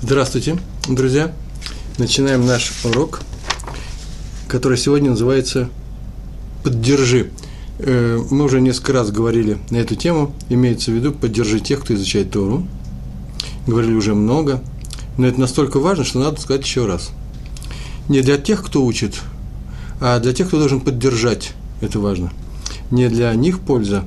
Здравствуйте, друзья! Начинаем наш урок, который сегодня называется «Поддержи». Мы уже несколько раз говорили на эту тему, имеется в виду «Поддержи тех, кто изучает Тору». Говорили уже много, но это настолько важно, что надо сказать еще раз. Не для тех, кто учит, а для тех, кто должен поддержать, это важно. Не для них польза,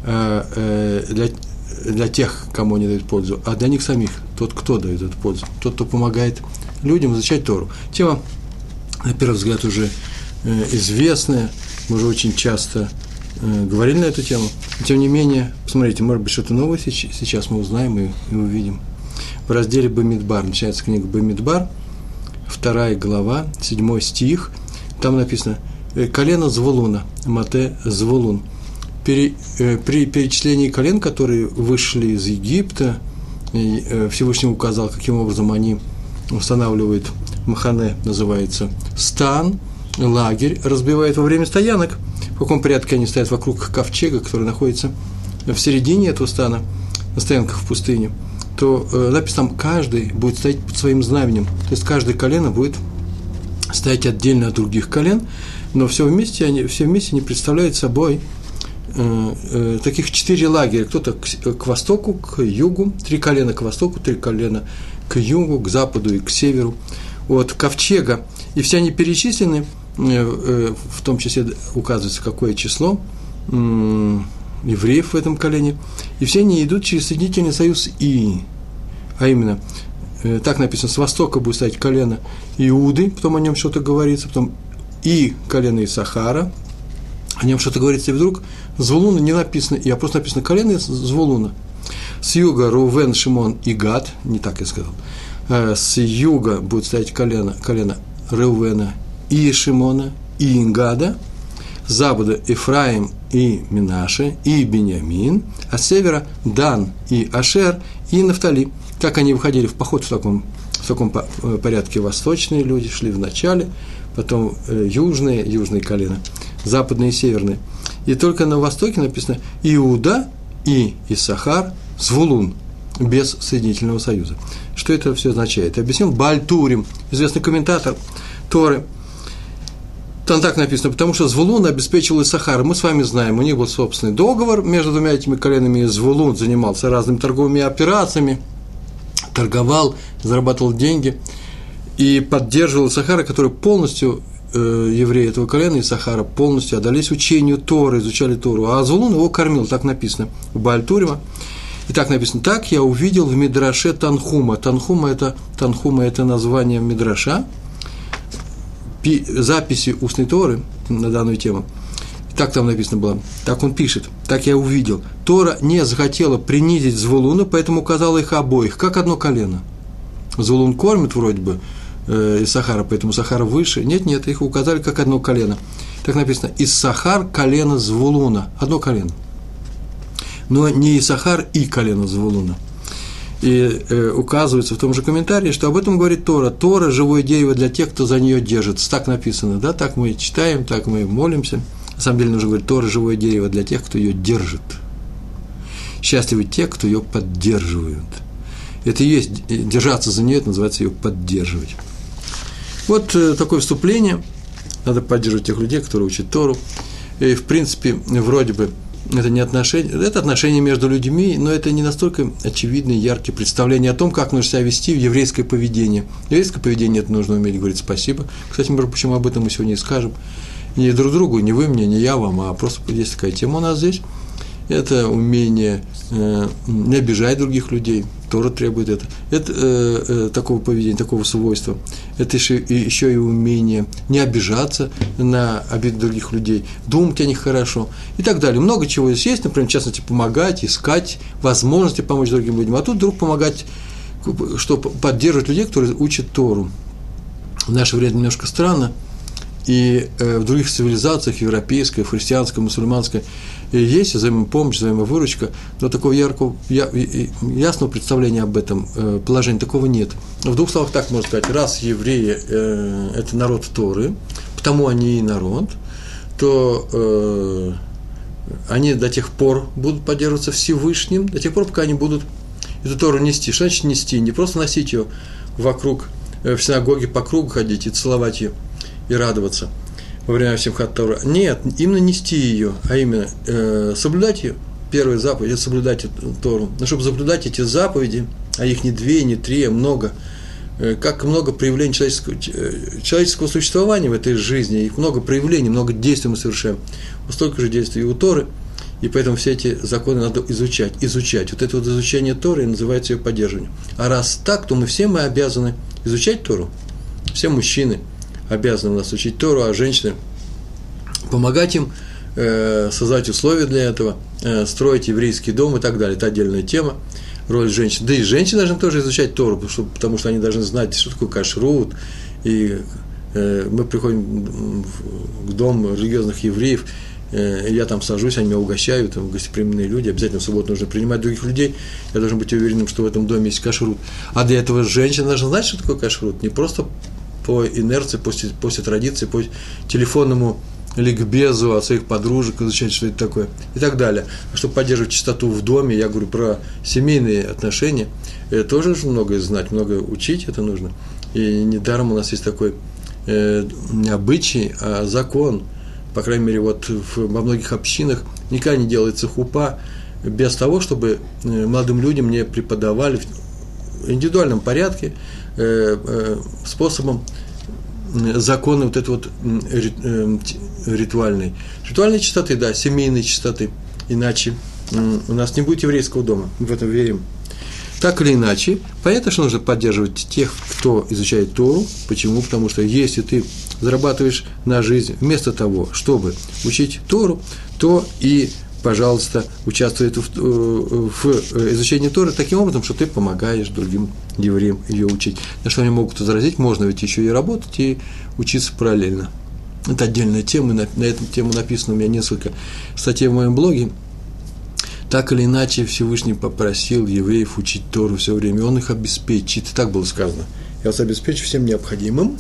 а для тех, кому они дают пользу, а для них самих, тот, кто дает эту пользу, тот, кто помогает людям изучать Тору. Тема, на первый взгляд, уже известная, мы уже очень часто говорили на эту тему, но тем не менее, посмотрите, может быть, что-то новое сейчас мы узнаем и увидим. В разделе Бамидбар, начинается книга Бамидбар, 2 глава, 7 стих, там написано «Колено Звулуна, Мате Звулун». При перечислении колен, которые вышли из Египта, Всевышний указал, каким образом они устанавливают махане, называется, стан, лагерь, разбивают во время стоянок, в каком порядке они стоят вокруг ковчега, который находится в середине этого стана, на стоянках в пустыне, то написано там, каждый будет стоять под своим знаменем, то есть каждое колено будет стоять отдельно от других колен, но все вместе они представляют собой таких 4 лагеря, кто-то к востоку, к югу, 3 колена к востоку, 3 колена к югу, к западу и к северу, от ковчега, и все они перечислены, в том числе указывается, какое число евреев в этом колене, и все они идут через соединительный союз «и», а именно, так написано, с востока будет стоять колено Иуды, потом о нем что-то говорится, потом и колено Исахара, о нем что-то говорится, и вдруг Звулуна не написано, а просто написано колено Звулуна. С юга Рувен, Шимон и Гад, не так я сказал, с юга будет стоять колено Рувена и Шимона и Гада, с запада Ефраим и Минаше и Беньямин, а с севера Дан и Ашер и Нафтали. Как они выходили в поход в таком порядке: восточные люди шли в начале, потом южные колена, западные и северные. И только на востоке написано Иуда и Иссахар, Звулун, без соединительного союза. Что это все означает? Объяснил Бааль Турим, известный комментатор Торы. Там так написано, потому что Звулун обеспечивал Иссахар. Мы с вами знаем, у них был собственный договор между двумя этими коленами, и Звулун занимался разными торговыми операциями, торговал, зарабатывал деньги и поддерживал Иссахара, который полностью, евреи этого колена Иссахара, полностью отдались учению Торы, изучали Тору, а Звулун его кормил, так написано в Бааль Турима. И так написано: так я увидел в Мидраше Танхума. Танхума это название Мидраша, записи устной Торы на данную тему. Так там написано было, так он пишет: так я увидел. Тора не захотела принизить Звулуна, поэтому указала их обоих, как одно колено. Звулун кормит вроде бы Иссахара, поэтому Иссахар выше. Нет, их указали как одно колено. Так написано: Иссахар – колено Звулуна, одно колено. Но не Иссахар и колено Звулуна. И указывается в том же комментарии, что об этом говорит Тора. Тора – живое дерево для тех, кто за нее держится. Так написано, да, так мы читаем, так мы молимся. На самом деле нужно говорить: Тора – живое дерево для тех, кто ее держит. Счастливы те, кто ее поддерживают. Это и есть держаться за нее, это называется ее поддерживать. Вот такое вступление. Надо поддерживать тех людей, которые учат Тору. И, в принципе, вроде бы, это не отношения, это отношения между людьми, но это не настолько очевидные, яркие представления о том, как нужно себя вести в еврейское поведение. Еврейское поведение – это нужно уметь говорить спасибо. Кстати, может, почему об этом мы сегодня и скажем. Не друг другу, не вы мне, не я вам, а просто есть такая тема у нас здесь. Это умение не обижать других людей. Тора требует это. Это такого поведения, такого свойства. Это еще и умение не обижаться на обиды других людей, думать о них хорошо и так далее. Много чего здесь есть, например, в частности, помогать, искать возможности помочь другим людям. А тут вдруг помогать, что поддерживать людей, которые учат Тору. В наше время немножко странно. И в других цивилизациях, европейской, христианской, мусульманской, есть взаимопомощь, взаимовыручка, но такого яркого, ясного представления об этом положении такого нет. В двух словах так можно сказать: раз евреи – это народ Торы, потому они и народ, то они до тех пор будут поддерживаться Всевышним, до тех пор, пока они будут эту Тору нести. Что значит нести? Не просто носить ее вокруг, в синагоге по кругу ходить и целовать ее, и радоваться во время Симхат Тора. Нет, именно нести ее, а именно соблюдать ее. Первая заповедь – это соблюдать эту Тору. Но чтобы соблюдать эти заповеди, а их не 2, не 3, а много, как много проявлений человеческого существования в этой жизни, их много проявлений, много действий мы совершаем. Вот столько же действий и у Торы, и поэтому все эти законы надо изучать. Вот это вот изучение Торы называется ее поддерживание. А раз так, то мы обязаны изучать Тору. Все мужчины обязаны у нас учить Тору, а женщины помогать им, создать условия для этого, строить еврейский дом и так далее. Это отдельная тема, роль женщин. Да и женщины должны тоже изучать Тору, потому что они должны знать, что такое кашрут. И мы приходим в дом религиозных евреев, я там сажусь, они меня угощают, там гостеприимные люди, обязательно в субботу нужно принимать других людей, я должен быть уверенным, что в этом доме есть кашрут. А для этого женщина должна знать, что такое кашрут, не просто по инерции, после традиции, по телефонному ликбезу от своих подружек изучать, что это такое, и так далее. Чтобы поддерживать чистоту в доме, я говорю про семейные отношения, тоже нужно многое знать, многое учить это нужно. И недаром у нас есть такой не обычай, а закон, по крайней мере, вот во многих общинах никогда не делается хупа без того, чтобы молодым людям не преподавали в индивидуальном порядке способом законы вот этой вот ритуальной чистоты, да, семейной чистоты, иначе у нас не будет еврейского дома, мы в этом верим. Так или иначе, понятно, что нужно поддерживать тех, кто изучает Тору. Почему? Потому что если ты зарабатываешь на жизнь вместо того, чтобы учить Тору, то и, пожалуйста, участвуй в изучении Торы таким образом, что ты помогаешь другим евреям ее учить. На что они могут возразить, можно ведь еще и работать, и учиться параллельно. Это отдельная тема, на эту тему написано у меня несколько статей в моем блоге. Так или иначе, Всевышний попросил евреев учить Тору все время, он их обеспечит, так было сказано. Я вас обеспечу всем необходимым,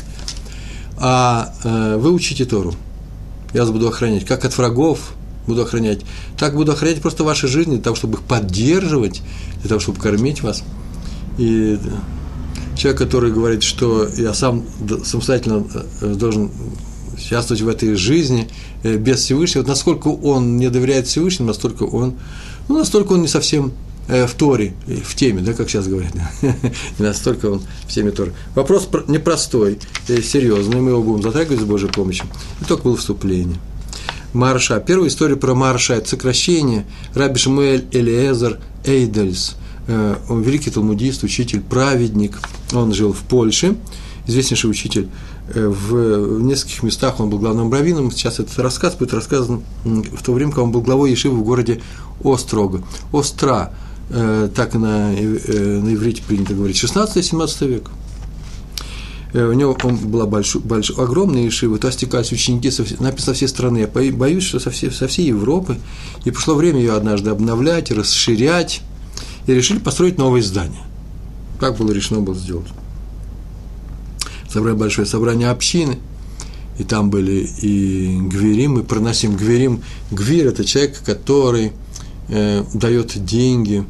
а вы учите Тору. Я вас буду охранять, как от врагов буду охранять. Так буду охранять просто ваши жизни, для того, чтобы их поддерживать, для того, чтобы кормить вас. И человек, который говорит, что я сам самостоятельно должен участвовать в этой жизни без Всевышнего, вот насколько он не доверяет Всевышнему, настолько он не совсем в Торе, в теме, да, как сейчас говорят, не настолько он в теме Торы. Вопрос непростой, серьезный, мы его будем затрагивать с Божьей помощью. И только было вступление. Марша. Первая история про Марша – это сокращение. Раби Шмуэль Элиэзер Эйдельс, он великий талмудист, учитель, праведник, он жил в Польше, известнейший учитель. В нескольких местах он был главным раввином. Сейчас этот рассказ будет рассказан в то время, когда он был главой ешивы в городе Острога. Остра, так на иврите принято говорить, 16-17 век. У него была огромная ешива, туда стекались ученики со всей страны. Я боюсь, что со всей Европы. И пришло время ее однажды обновлять, расширять. И решили построить новое здание. Так было решено сделать. Собрали большое собрание общины, и там были и гвирим, и проносим гвирим. Гвир – это человек, который дает деньги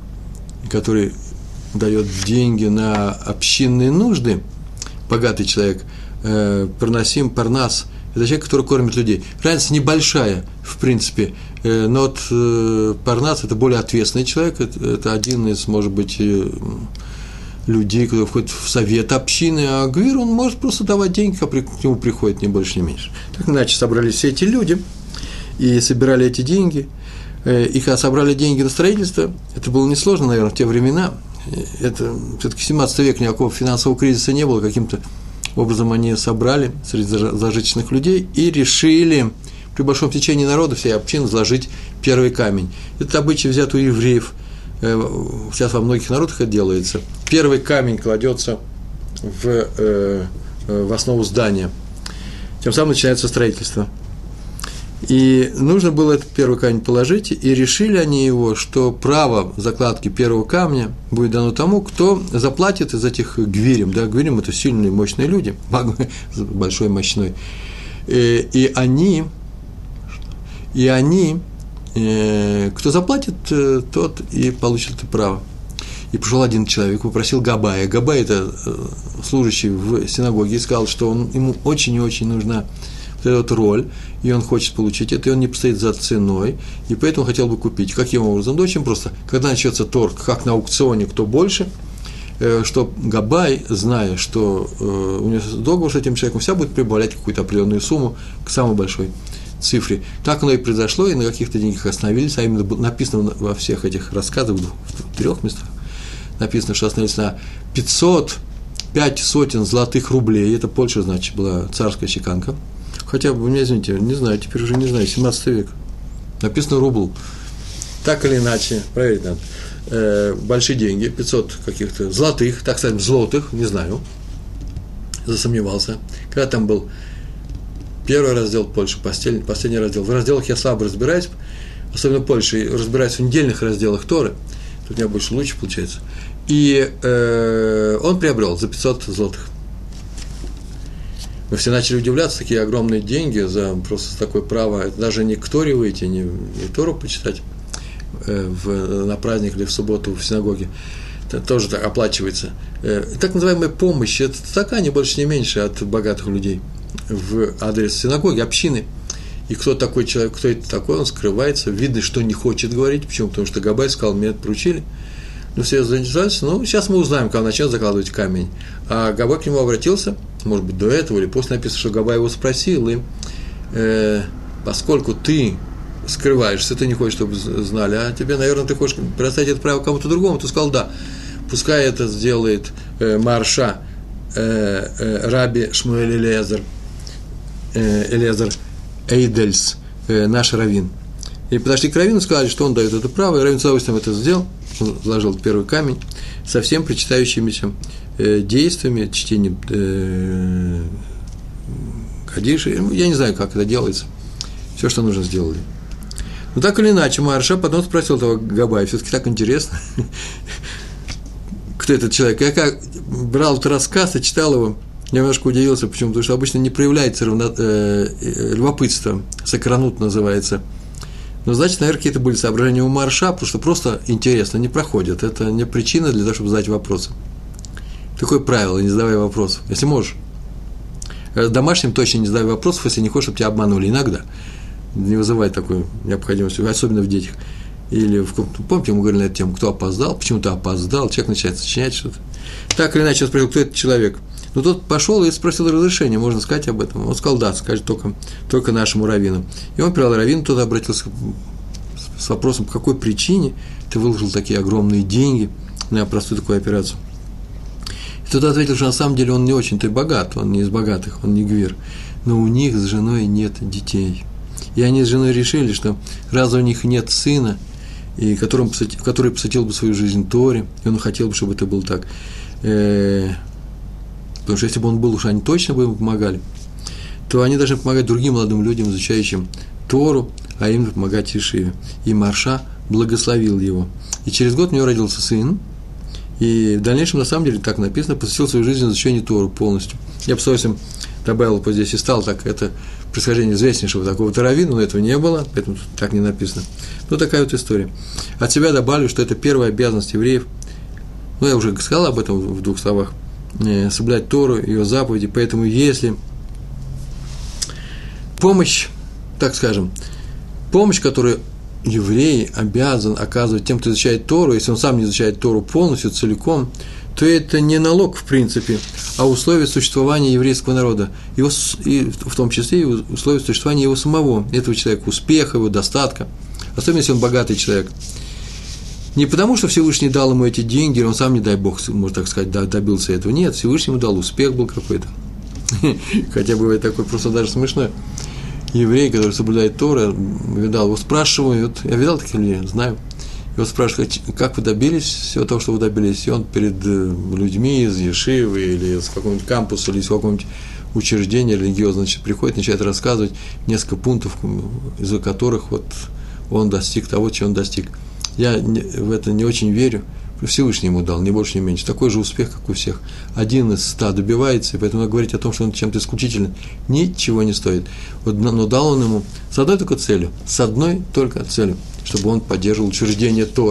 на общинные нужды. Богатый человек. Проносим, парнас – это человек, который кормит людей. Разница небольшая, в принципе, но вот парнас – это более ответственный человек, это один из, может быть, людей, кто входит в совет общины, а гвир, он может просто давать деньги, а к нему приходит, ни больше, ни меньше. Так иначе собрались все эти люди и собирали эти деньги, и когда собрали деньги на строительство, это было несложно, наверное, в те времена, это все-таки 17 век, никакого финансового кризиса не было, каким-то образом они собрали среди зажиточных людей и решили при большом течении народа всей общины заложить первый камень. Этот обычай взят у евреев, сейчас во многих народах это делается. Первый камень кладется в основу здания. Тем самым начинается строительство. И нужно было этот первый камень положить, и решили они его, что право закладки первого камня будет дано тому, кто заплатит из этих гвирим. Да, гвирим – это сильные, мощные люди, большой, мощной. И они, кто заплатит, тот и получит это право. И пришел один человек, попросил Габая. Габай – это служащий в синагоге, и сказал, что ему очень и очень нужна вот эта вот роль, и он хочет получить это, и он не постоит за ценой, и поэтому хотел бы купить. Каким образом? Да очень просто. Когда начнется торг, как на аукционе, кто больше, что Габай, зная, что у него договор с этим человеком, вся будет прибавлять какую-то определенную сумму к самой большой цифре. Так оно и произошло, и на каких-то деньгах остановились, а именно написано во всех этих рассказах, в 3 местах, написано, что остановились на 500 сотен золотых рублей, это Польша, значит, была царская чеканка, хотя бы, извините, не знаю, теперь уже не знаю, 17 век, написано рубль, так или иначе, проверить надо, большие деньги, 500 каких-то золотых, так сказать, злотых, не знаю, засомневался, когда там был первый раздел Польши, последний раздел. В разделах я слабо разбираюсь, особенно в Польше, разбираюсь в недельных разделах Торы. Тут у меня больше лучше получается. И он приобрел за 500 злотых. Мы все начали удивляться, такие огромные деньги за просто такое право. Это даже не к Торе выйти, не Тору почитать на праздник или в субботу в синагоге. Это тоже так оплачивается. Так называемая помощь, это такая, не больше, не меньше от богатых людей в адрес синагоги, общины. И кто такой человек, кто это такой, он скрывается, видно, что не хочет говорить. Почему? Потому что Габай сказал, меня это поручили. Ну, все заинтересовались, сейчас мы узнаем, когда он начнет закладывать камень. А Габай к нему обратился, может быть, до этого, или после написано, что Габай его спросил, и поскольку ты скрываешься, ты не хочешь, чтобы знали, а тебе, наверное, ты хочешь предоставить это право кому-то другому, ты сказал, да, пускай это сделает Марша, Раби Шмуэль Элиэзер Эйдельс, наш раввин. И подошли к раввину, сказали, что он дает это право, и раввин с удовольствием это сделал, он вложил первый камень со всем причитающимися действиями, чтением кадиши, я не знаю, как это делается, все, что нужно, сделали. Но так или иначе, Марша потом спросил этого Габая, все-таки так интересно, кто этот человек. Я как брал этот рассказ и читал его, я немножко удивился, почему, потому что обычно не проявляется любопытство, сакранут называется. Но, значит, наверное, какие-то были соображения у Марша, потому что просто интересно, не проходит. Это не причина для того, чтобы задать вопросы. Такое правило, не задавай вопросов, если можешь. Домашним точно не задавай вопросов, если не хочешь, чтобы тебя обманули. Иногда. Не вызывает такую необходимость, особенно в детях. Или, помните, мы говорили на эту тему, кто опоздал, почему ты опоздал, человек начинает сочинять что-то. Так или иначе, он спросил, кто этот человек. Но тот пошел и спросил разрешения, можно сказать об этом. Он сказал, да, скажет только нашему раввину. И он привел раввину, тот обратился с вопросом, по какой причине ты выложил такие огромные деньги на простую такую операцию. И тот ответил, что на самом деле он не очень-то богат, он не из богатых, он не гвир, но у них с женой нет детей. И они с женой решили, что раз у них нет сына, и который посвятил бы свою жизнь Торе, и он хотел бы, чтобы это было так, потому что если бы он был, уж они точно бы ему помогали, то они должны помогать другим молодым людям, изучающим Тору, а именно помогать Ешиве. И Марша благословил его. И через год у него родился сын, и в дальнейшем, на самом деле, так написано, посвятил свою жизнь изучению Тору полностью. Я бы с удовольствием добавил бы здесь и стал так, это происхождение известнейшего такого-то раввина, но этого не было, поэтому так не написано. Ну, такая вот история. От себя добавлю, что это первая обязанность евреев, ну, я уже сказал об этом в 2 словах, соблюдать Тору, ее заповеди, поэтому если помощь, так скажем, помощь, которую еврей обязан оказывать тем, кто изучает Тору, если он сам не изучает Тору полностью, целиком, то это не налог, в принципе, а условие существования еврейского народа, его, и в том числе и условие существования его самого, этого человека, успеха, его достатка, особенно если он богатый человек. Не потому, что Всевышний дал ему эти деньги, он сам, не дай Бог, можно так сказать, добился этого. Нет, Всевышний ему дал, успех был какой-то. Хотя бывает такой просто даже смешной. Еврей, который соблюдает Тору, видал, его спрашивают, я видал таких людей, знаю, его спрашивают, как вы добились всего того, что вы добились, и он перед людьми из Ешивы или из какого-нибудь кампуса, или из какого-нибудь учреждения религиозного, значит, приходит, начинает рассказывать несколько пунктов, из-за которых вот он достиг того, чего он достиг. Я в это не очень верю. Всевышний ему дал, ни больше, ни меньше. Такой же успех, как у всех. 1 из 100 добивается, и поэтому говорить о том, что он чем-то исключительным, ничего не стоит. Вот, но дал он ему с одной только целью, чтобы он поддерживал учреждение Торы.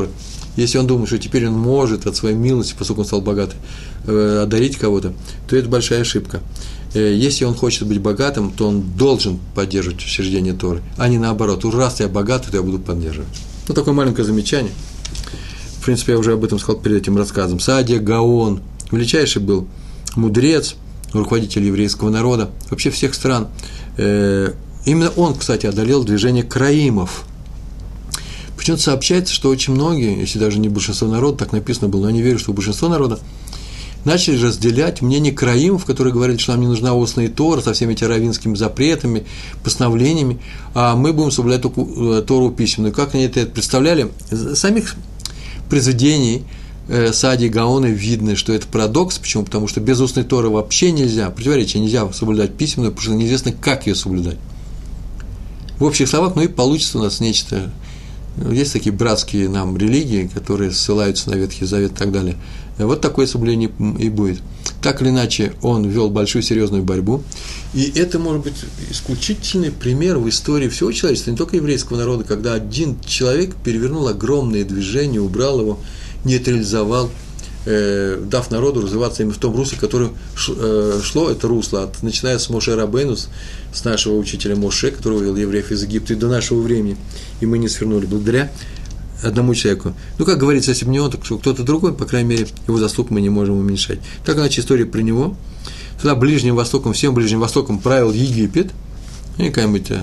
Если он думает, что теперь он может от своей милости, поскольку он стал богатым, одарить кого-то, то это большая ошибка. Если он хочет быть богатым, то он должен поддерживать учреждение Торы, а не наоборот. Раз я богатый, то я буду поддерживать. Ну, такое маленькое замечание. В принципе, я уже об этом сказал перед этим рассказом. Саадия Гаон, величайший был мудрец, руководитель еврейского народа, вообще всех стран. Именно он, кстати, одолел движение краимов. Почему-то сообщается, что очень многие, если даже не большинство народа, так написано было, но я не верю, что большинство народа, начали разделять мнение краимов, которые говорили, что нам не нужна устная Тора со всеми этими раввинскими запретами, постановлениями, а мы будем соблюдать только Тору письменную. Как они это представляли? Из самих произведений Саади Гаона видно, что это парадокс. Почему? Потому что без устной Торы вообще нельзя, противоречие, нельзя соблюдать письменную, потому что неизвестно, как ее соблюдать. В общих словах, ну и получится у нас нечто. Есть такие братские нам религии, которые ссылаются на Ветхий Завет и так далее. Вот такое соблюдение и будет. Так или иначе, он вел большую серьезную борьбу. И это может быть исключительный пример в истории всего человечества, не только еврейского народа, когда один человек перевернул огромное движение, убрал его, нейтрализовал, дав народу развиваться именно в том русле, которое шло это русло, начиная с Моше Рабейну, с нашего учителя Моше, который вывел евреев из Египта, и до нашего времени, и мы не свернули благодаря одному человеку. Ну, как говорится, если бы не он, так что кто-то другой, по крайней мере, его заслуг мы не можем уменьшать. Так иначе история про него. Туда Ближним Востоком, всем Ближним Востоком правил Египет, и какая-нибудь,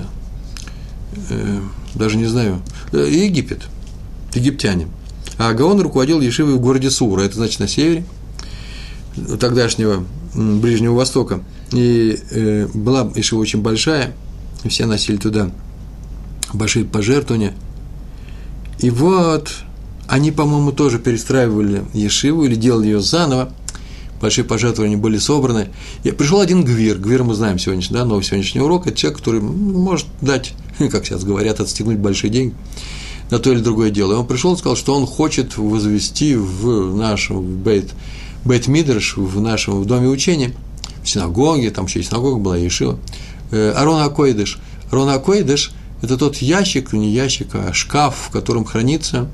даже не знаю, Египет, египтяне. А Гаон руководил ешивой в городе Сура, это значит на севере тогдашнего Ближнего Востока. И была ешива очень большая, все носили туда большие пожертвования. И вот они, по-моему, тоже перестраивали ешиву или делали ее заново. Большие пожертвования были собраны. И пришел один гвир. Гвир мы знаем сегодняшний, да, новый сегодняшний урок. Это человек, который может дать, как сейчас говорят, отстегнуть большие деньги на то или другое дело. И он пришел и сказал, что он хочет возвести в нашем Бейт-Мидраш, в доме учения, в синагоге, там еще и синагога была, и ешива, Арон ха-Койдеш. Арон ха-Койдеш – это тот ящик, не ящик, а шкаф, в котором хранятся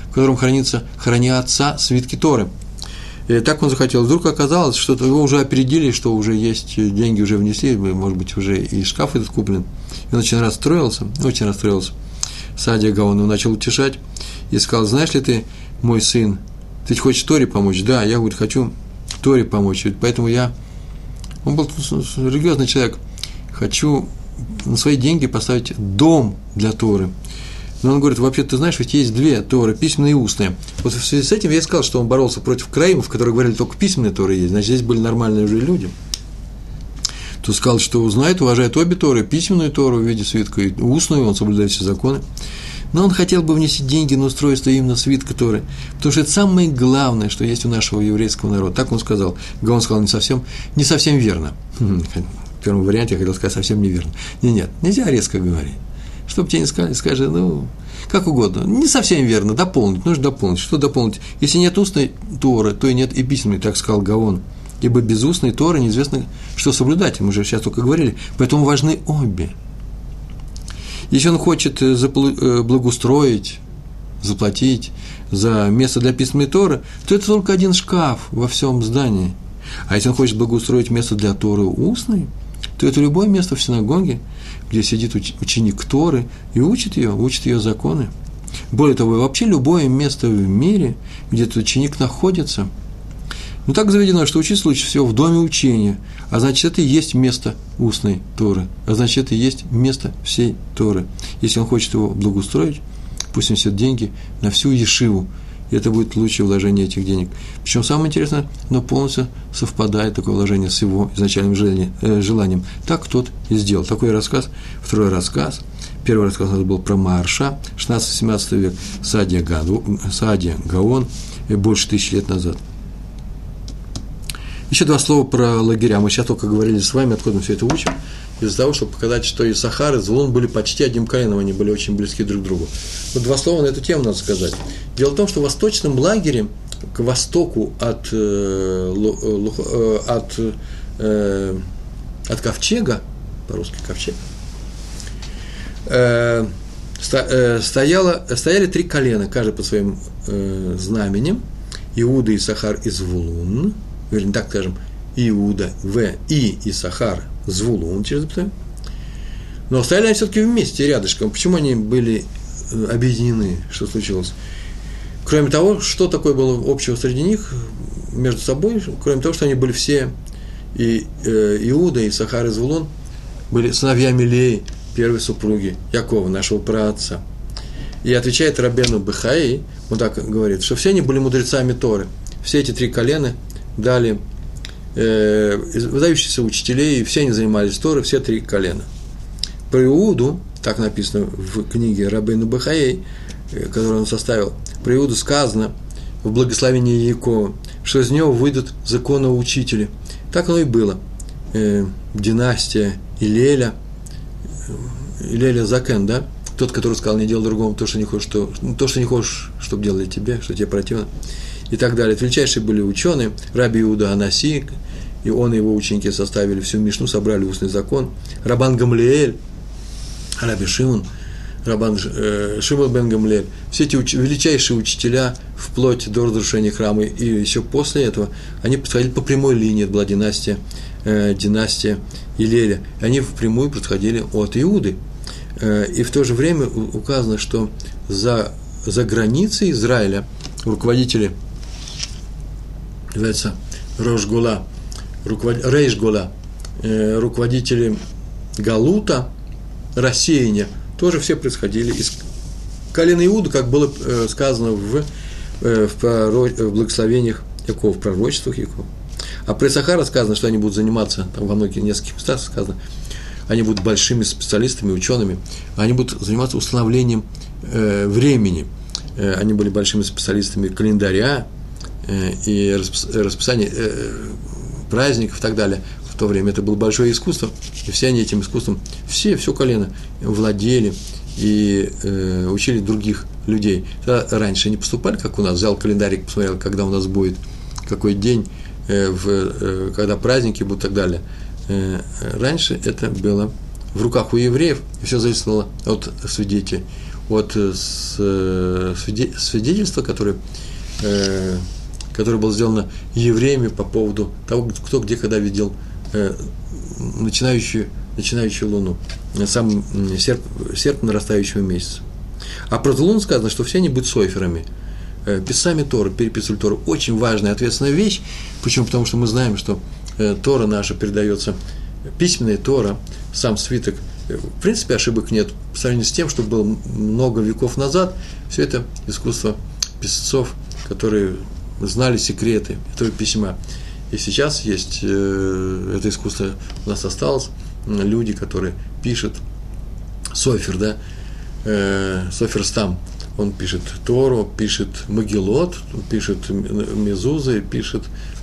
свитки Торы. И так он захотел. Вдруг оказалось, что его уже опередили, что уже есть деньги, уже внесли, может быть, уже и шкаф этот куплен. И он очень расстроился. Саадия Гаон его начал утешать и сказал: знаешь ли ты, мой сын, ты ведь хочешь Торе помочь? Да, я, говорит, хочу Торе помочь, поэтому он был религиозный человек, хочу на свои деньги поставить дом для Торы. Но он говорит: вообще, ты знаешь, ведь есть две Торы, письменная и устная. Вот в связи с этим я и сказал, что он боролся против краимов, которые говорили, только письменные Торы есть, значит, здесь были нормальные уже люди. То сказал, что узнает, уважает обе Торы, письменную Тору в виде свитка и устную, он соблюдает все законы. Но он хотел бы внести деньги на устройство именно свитка Торы, потому что это самое главное, что есть у нашего еврейского народа. Так он сказал. Гаон сказал не совсем верно. В первом варианте я хотел сказать совсем неверно. Нет, нельзя резко говорить. Чтобы тебе не сказали, скажи, как угодно. Не совсем верно, дополнить, нужно дополнить. Что дополнить? Если нет устной Торы, то и нет и письменной, так сказал Гаон. Ибо без устной Торы неизвестно, что соблюдать, мы же сейчас только говорили, поэтому важны обе. Если он хочет благоустроить, заплатить за место для письменной Торы, то это только один шкаф во всем здании. А если он хочет благоустроить место для Торы устной, то это любое место в синагоге, где сидит ученик Торы и учит ее законы. Более того, вообще любое место в мире, где этот ученик находится. Но так заведено, что учиться лучше всего в доме учения, а значит, это и есть место устной Торы, а значит, это и есть место всей Торы. Если он хочет его благоустроить, пусть он несет деньги на всю ешиву, и это будет лучшее вложение этих денег. Причем самое интересное, оно полностью совпадает, такое вложение, с его изначальным желанием. Так тот и сделал. Такой рассказ, второй рассказ. Первый рассказ у нас был про Маарша, 16-17 век, Саадия Гаон, больше 1000 лет назад. Еще два слова про лагеря. Мы сейчас только говорили с вами, откуда мы все это учим, из-за того, чтобы показать, что Иссахар и Звулун были почти одним коленом, они были очень близки друг к другу. Вот два слова на эту тему надо сказать. Дело в том, что в восточном лагере, к востоку от ковчега, по-русски ковчег, стояли 3 колена, каждый под своим знаменем. Иуда, Исахар и Звулун. Вернее, так скажем, Иуда, и Исахар, Звулун через запятую. Но стояли они все-таки вместе, рядышком. Почему они были объединены? Что случилось? Кроме того, что такое было общего среди них, между собой, кроме того, что они были все, и Иуда, и Исахар, и Звулун, были сыновьями Леи, первой супруги Якова, нашего праотца. И отвечает Раббейну Бехаи, он так говорит, что все они были мудрецами Торы. Все эти 3 колена дали выдающихся учителей, и все они занимались Торой, все 3 колена. Про Иуду, так написано в книге Раббейну Бехаи, которую он составил, про Иуду сказано в благословении Якова, что из него выйдут законоучители. Так оно и было. Династия Илеля Закен, да? Тот, который сказал, не делай другому то, что не хочешь, чтобы делали тебе, что тебе противно, и так далее. Величайшие были ученые, Раби Иуда Анаси, и он и его ученики составили всю Мишну, собрали устный закон, Рабан Гамлиэль, Раби Шимон, Шимон бен Гамлиэль, все эти величайшие учителя, вплоть до разрушения храма, и еще после этого, они подходили по прямой линии, это была династия Илеля, они впрямую подходили от Иуды. И в то же время указано, что за границей Израиля руководители, называется Рейш-Гола, руководители Галута, рассеяния, тоже все происходили из колена Иуда, как было сказано в благословениях Якова, в пророчествах Якова. А про Исахара сказано, что они будут заниматься, там во многих нескольких местах сказано, они будут большими специалистами, учеными, они будут заниматься установлением времени. Они были большими специалистами календаря и расписания праздников и так далее. В то время это было большое искусство, и все они этим искусством, все колено владели и учили других людей. Тогда раньше не поступали, как у нас, взял календарик, посмотрел, когда у нас будет, какой день, когда праздники будут и так далее. Раньше это было в руках у евреев, и все зависело от свидетелей, от свидетельства, которое было сделано евреями по поводу того, кто где когда видел начинающую луну, сам серп нарастающего месяца. А про Звулун сказано, что все они будут соферами, писцами Торы, переписывали Тору. Очень важная, ответственная вещь. Почему? Потому что мы знаем, что Тора наша передается, письменная Тора, сам свиток, в принципе, ошибок нет. По сравнению с тем, что было много веков назад, все это искусство писцов, которые знали секреты этого письма. И сейчас есть это искусство, у нас осталось, люди, которые пишут, софер, да, софер Стам, он пишет Тору, пишет Магилот, пишет Мезузы, пишет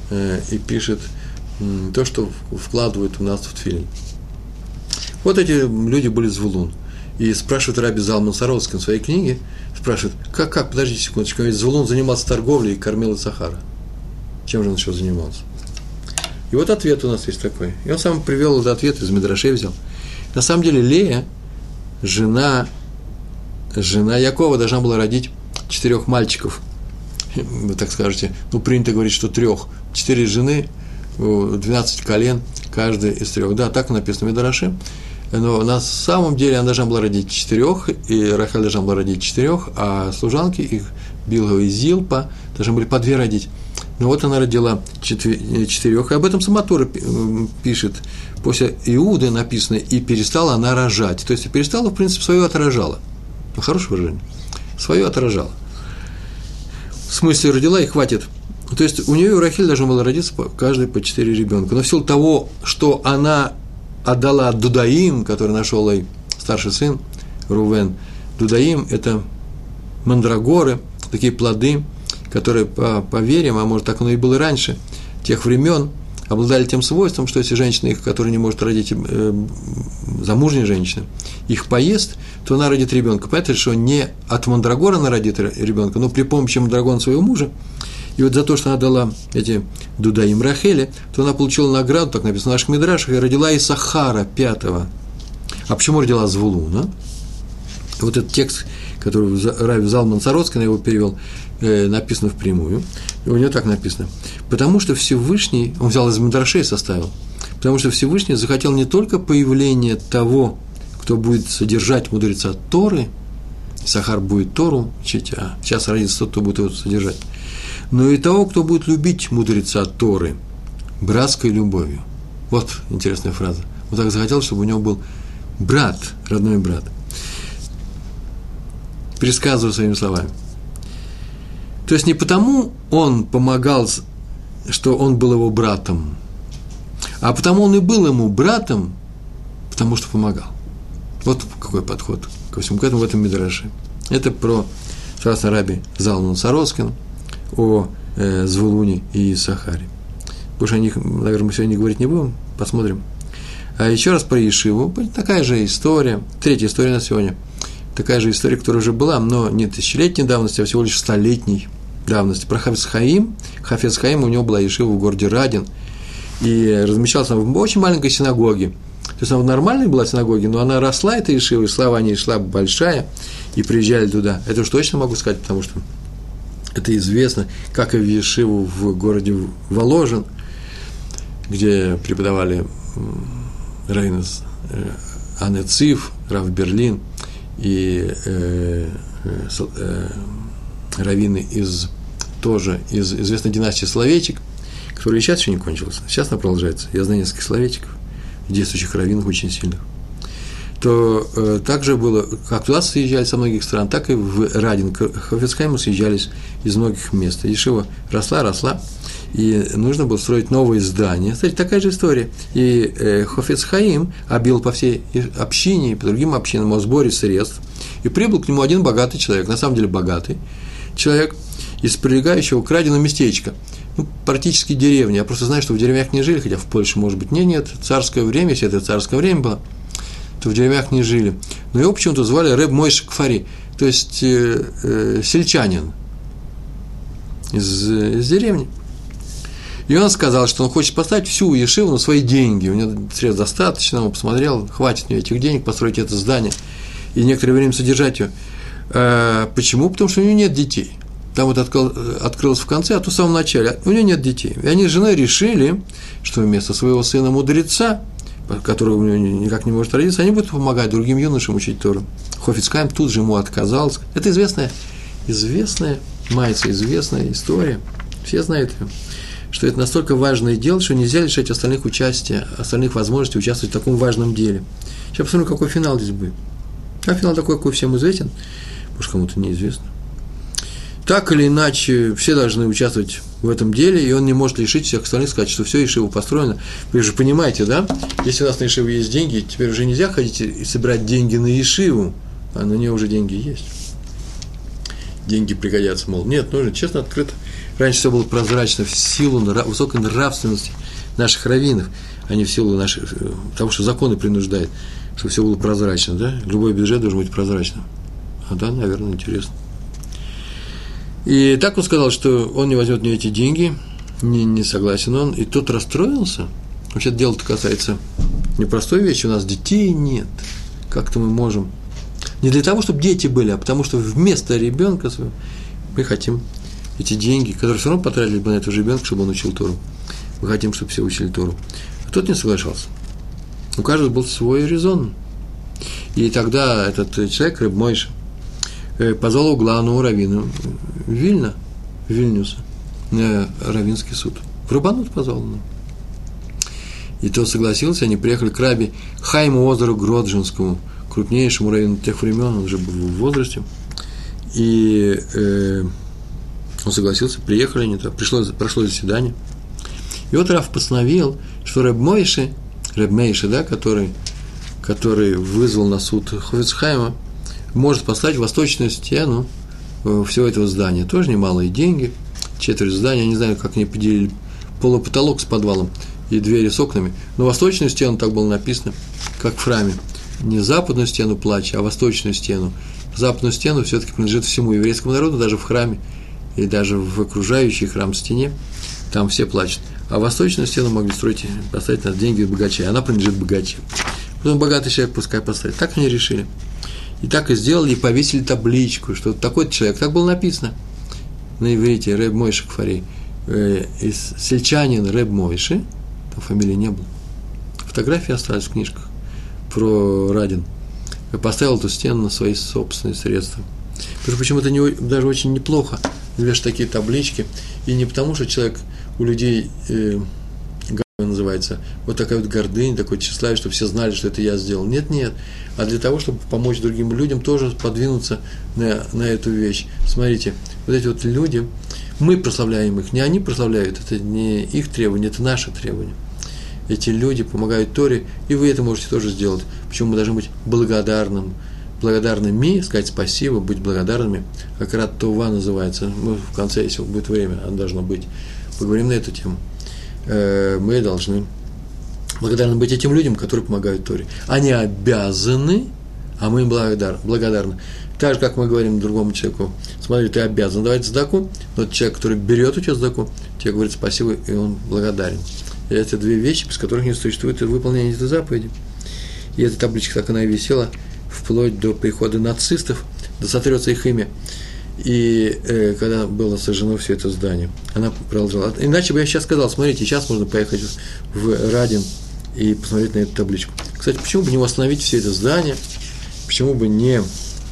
то, что вкладывают у нас в тфилин. Вот эти люди были Звулун. И спрашивает Раби Залман Сароцкий в своей книге, спрашивает, как, подождите секундочку, ведь Звулун занимался торговлей и кормил Исахара. Чем же он еще занимался? И вот ответ у нас есть такой. И он сам привел этот ответ, из Мидрашей взял. На самом деле Лея, жена Якова, должна была родить 4 мальчиков. Вы так скажете, принято говорить, что 3. 4 жены, 12 колен, каждый из 3. Да, так написано в Мидраше. Но на самом деле она должна была родить 4, и Рахель должна была родить 4, а служанки, их Билга и Зилпа, должны были по 2 родить. Но вот она родила 4, и об этом сама Тора пишет. После Иуды написано, и перестала она рожать. То есть, перестала, в принципе, свое отражала. Хорошее выражение. Свое отражала. В смысле, родила и хватит. То есть, у нее и у Рахель должно было родиться каждый по 4 ребенка. Но в силу того, что она отдала Дудаим, который нашел ей старший сын, Рувен. Дудаим – это мандрагоры, такие плоды, которые по вере, а может так оно и было раньше, тех времен, обладали тем свойством, что если женщина, которая не может родить, замужняя женщина, их поест, то она родит ребенка. Понятно, что не от мандрагора она родит ребенка, но при помощи мандрагона своего мужа. И вот за то, что она дала эти Дудаим Рахеле, то она получила награду, так написано в наших мидрашах, и родила Исахара 5. А почему родила Звулуна? Вот этот текст, который Рави Залман Сороцкин, я его перевел, написано впрямую. У него так написано. Потому что Всевышний, он взял из Мидрашей, составил, потому что Всевышний захотел не только появления того, кто будет содержать мудреца Торы, Сахар будет Тору учить, а сейчас родится тот, кто будет его содержать, но и того, кто будет любить мудреца Торы братской любовью. Вот интересная фраза. Он так захотел, чтобы у него был брат, родной брат. Пересказываю своими словами. То есть не потому он помогал, что он был его братом, а потому он и был ему братом, потому что помогал. Вот какой подход ко всему к этому в этом Мидраше. Это про, согласно Раби Залману Сороцкину, о Звулуне и Исахаре. Больше о них, наверное, мы сегодня говорить не будем, посмотрим. А еще раз про Ешиву. Такая же история, третья история на сегодня. Такая же история, которая уже была, но не тысячелетней давности, а всего лишь столетней давности. Про Хафец Хаим. Хафец Хаим, у него была Ешива в городе Радин. И размещался в очень маленькой синагоге. То есть она в нормальной была синагоге, но она росла, эта Ешива, и слава о ней шла большая, и приезжали туда. Это уж точно могу сказать, потому что это известно, как и в Ешиву в городе Воложен, где преподавали раввин Анецив, Рав Берлин и раввины из известной династии Соловейчик, которая сейчас еще не кончилась, сейчас она продолжается. Я знаю несколько Соловейчиков, действующих раввинов очень сильных. То также было, как туда съезжали со многих стран, так и в Радин, к Хафец Хаиму съезжались из многих мест. Ешива росла, и нужно было строить новые здания. Кстати, такая же история. И Хафец Хаим объявил по всей общине и по другим общинам о сборе средств, и прибыл к нему один богатый человек, на самом деле богатый человек, из прилегающего к Радину местечка, практически деревня. Я просто знаю, что в деревнях не жили, хотя в Польше, может быть, нет, царское время, если это царское время было, то в деревнях не жили. Но его почему-то звали Реб Мойше Кфари, то есть сельчанин из деревни. И он сказал, что он хочет поставить всю Ешиву на свои деньги. У него средств достаточно, он посмотрел, хватит мне этих денег построить это здание и некоторое время содержать ее. Почему? Потому что у него нет детей. Там вот открылось в конце, а то в самом начале. У него нет детей. И они с женой решили, что вместо своего сына-мудреца, который у него никак не может родиться, они будут помогать другим юношам учить Тору. Хафец Хаим тут же ему отказался. Это известная майца, известная история. Все знают ее. Что это настолько важное дело, что нельзя лишать остальных участия, остальных возможностей участвовать в таком важном деле. Сейчас посмотрим, какой финал здесь будет. А финал такой, какой всем известен, может, кому-то неизвестно. Так или иначе, все должны участвовать в этом деле, и он не может лишить всех остальных, сказать, что все, Ешива построено. Вы же понимаете, да? Если у нас на Ешиву есть деньги, теперь уже нельзя ходить и собирать деньги на Ешиву, а на нее уже деньги есть. Деньги пригодятся, мол. Нет, нужно честно, открыто. Раньше все было прозрачно в силу высокой нравственности наших раввинов, а не в силу того, что законы принуждают, чтобы все было прозрачно, да? Любой бюджет должен быть прозрачным. А да, наверное, интересно. И так он сказал, что он не возьмет мне эти деньги, не согласен он, и тот расстроился. Вообще дело-то касается непростой вещи, у нас детей нет. Как-то мы можем. Не для того, чтобы дети были, а потому что вместо ребенка мы хотим эти деньги, которые все равно потратили бы на этого ребенка, чтобы он учил Тору. Мы хотим, чтобы все учили Тору. А тот не соглашался. У каждого был свой резон. И тогда этот человек, Реб Мойше, позвал его главному раввину Вильнюса, на раввинский суд. В Рабанут позвал его. И тот согласился, они приехали к Раби Хайму Озеру Гроджинскому, крупнейшему раввину тех времен, он уже был в возрасте. И он согласился, приехали они туда, прошло заседание. И вот Рав постановил, что Реб Мойше, да, который вызвал на суд Хафец Хаима, может поставить восточную стену всего этого здания. Тоже немалые деньги, четверть здания, я не знаю, как они поделили полупотолок с подвалом и двери с окнами, но восточную стену, так было написано, как в храме, не западную стену плача, а восточную стену. Западную стену все-таки принадлежит всему еврейскому народу, даже в храме, и даже в окружающей храм стене, там все плачут. А восточную стену могли строить, поставить на деньги богачей, она принадлежит богаче. Потом богатый человек пускай поставит. Так они решили. И так и сделали, и повесили табличку, что такой-то человек, так было написано на иврите, Реб Мойше Кфари, сельчанин Реб Мойше, там фамилии не было, фотографии остались в книжках про Радин, поставил эту стену на свои собственные средства. Потому что почему-то даже очень неплохо вешать такие таблички, и не потому, что человек, у людей, называется, вот такая вот гордыня, такое тщеславие, чтобы все знали, что это я сделал. Нет, а для того, чтобы помочь другим людям тоже подвинуться на эту вещь. Смотрите, вот эти вот люди, мы прославляем их, не они прославляют, это не их требование, это наше требование. Эти люди помогают Торе, и вы это можете тоже сделать. Почему мы должны быть благодарными, сказать спасибо, быть благодарными. Как Рат Това называется. Мы в конце, если будет время, оно должно быть, поговорим на эту тему. Мы должны благодарны быть этим людям, которые помогают Торе. Они обязаны, а мы им благодарны. Так же, как мы говорим другому человеку, смотри, ты обязан давать цдаку, но человек, который берет у тебя цдаку, тебе говорит спасибо, и он благодарен. И это две вещи, без которых не существует выполнение этой заповеди. И эта табличка, так она и висела, вплоть до прихода нацистов, да сотрется их имя. И когда было сожжено все это здание, она продолжала. Иначе бы я сейчас сказал, смотрите, сейчас можно поехать в Радин и посмотреть на эту табличку. Кстати, почему бы не восстановить все это здание, почему бы не,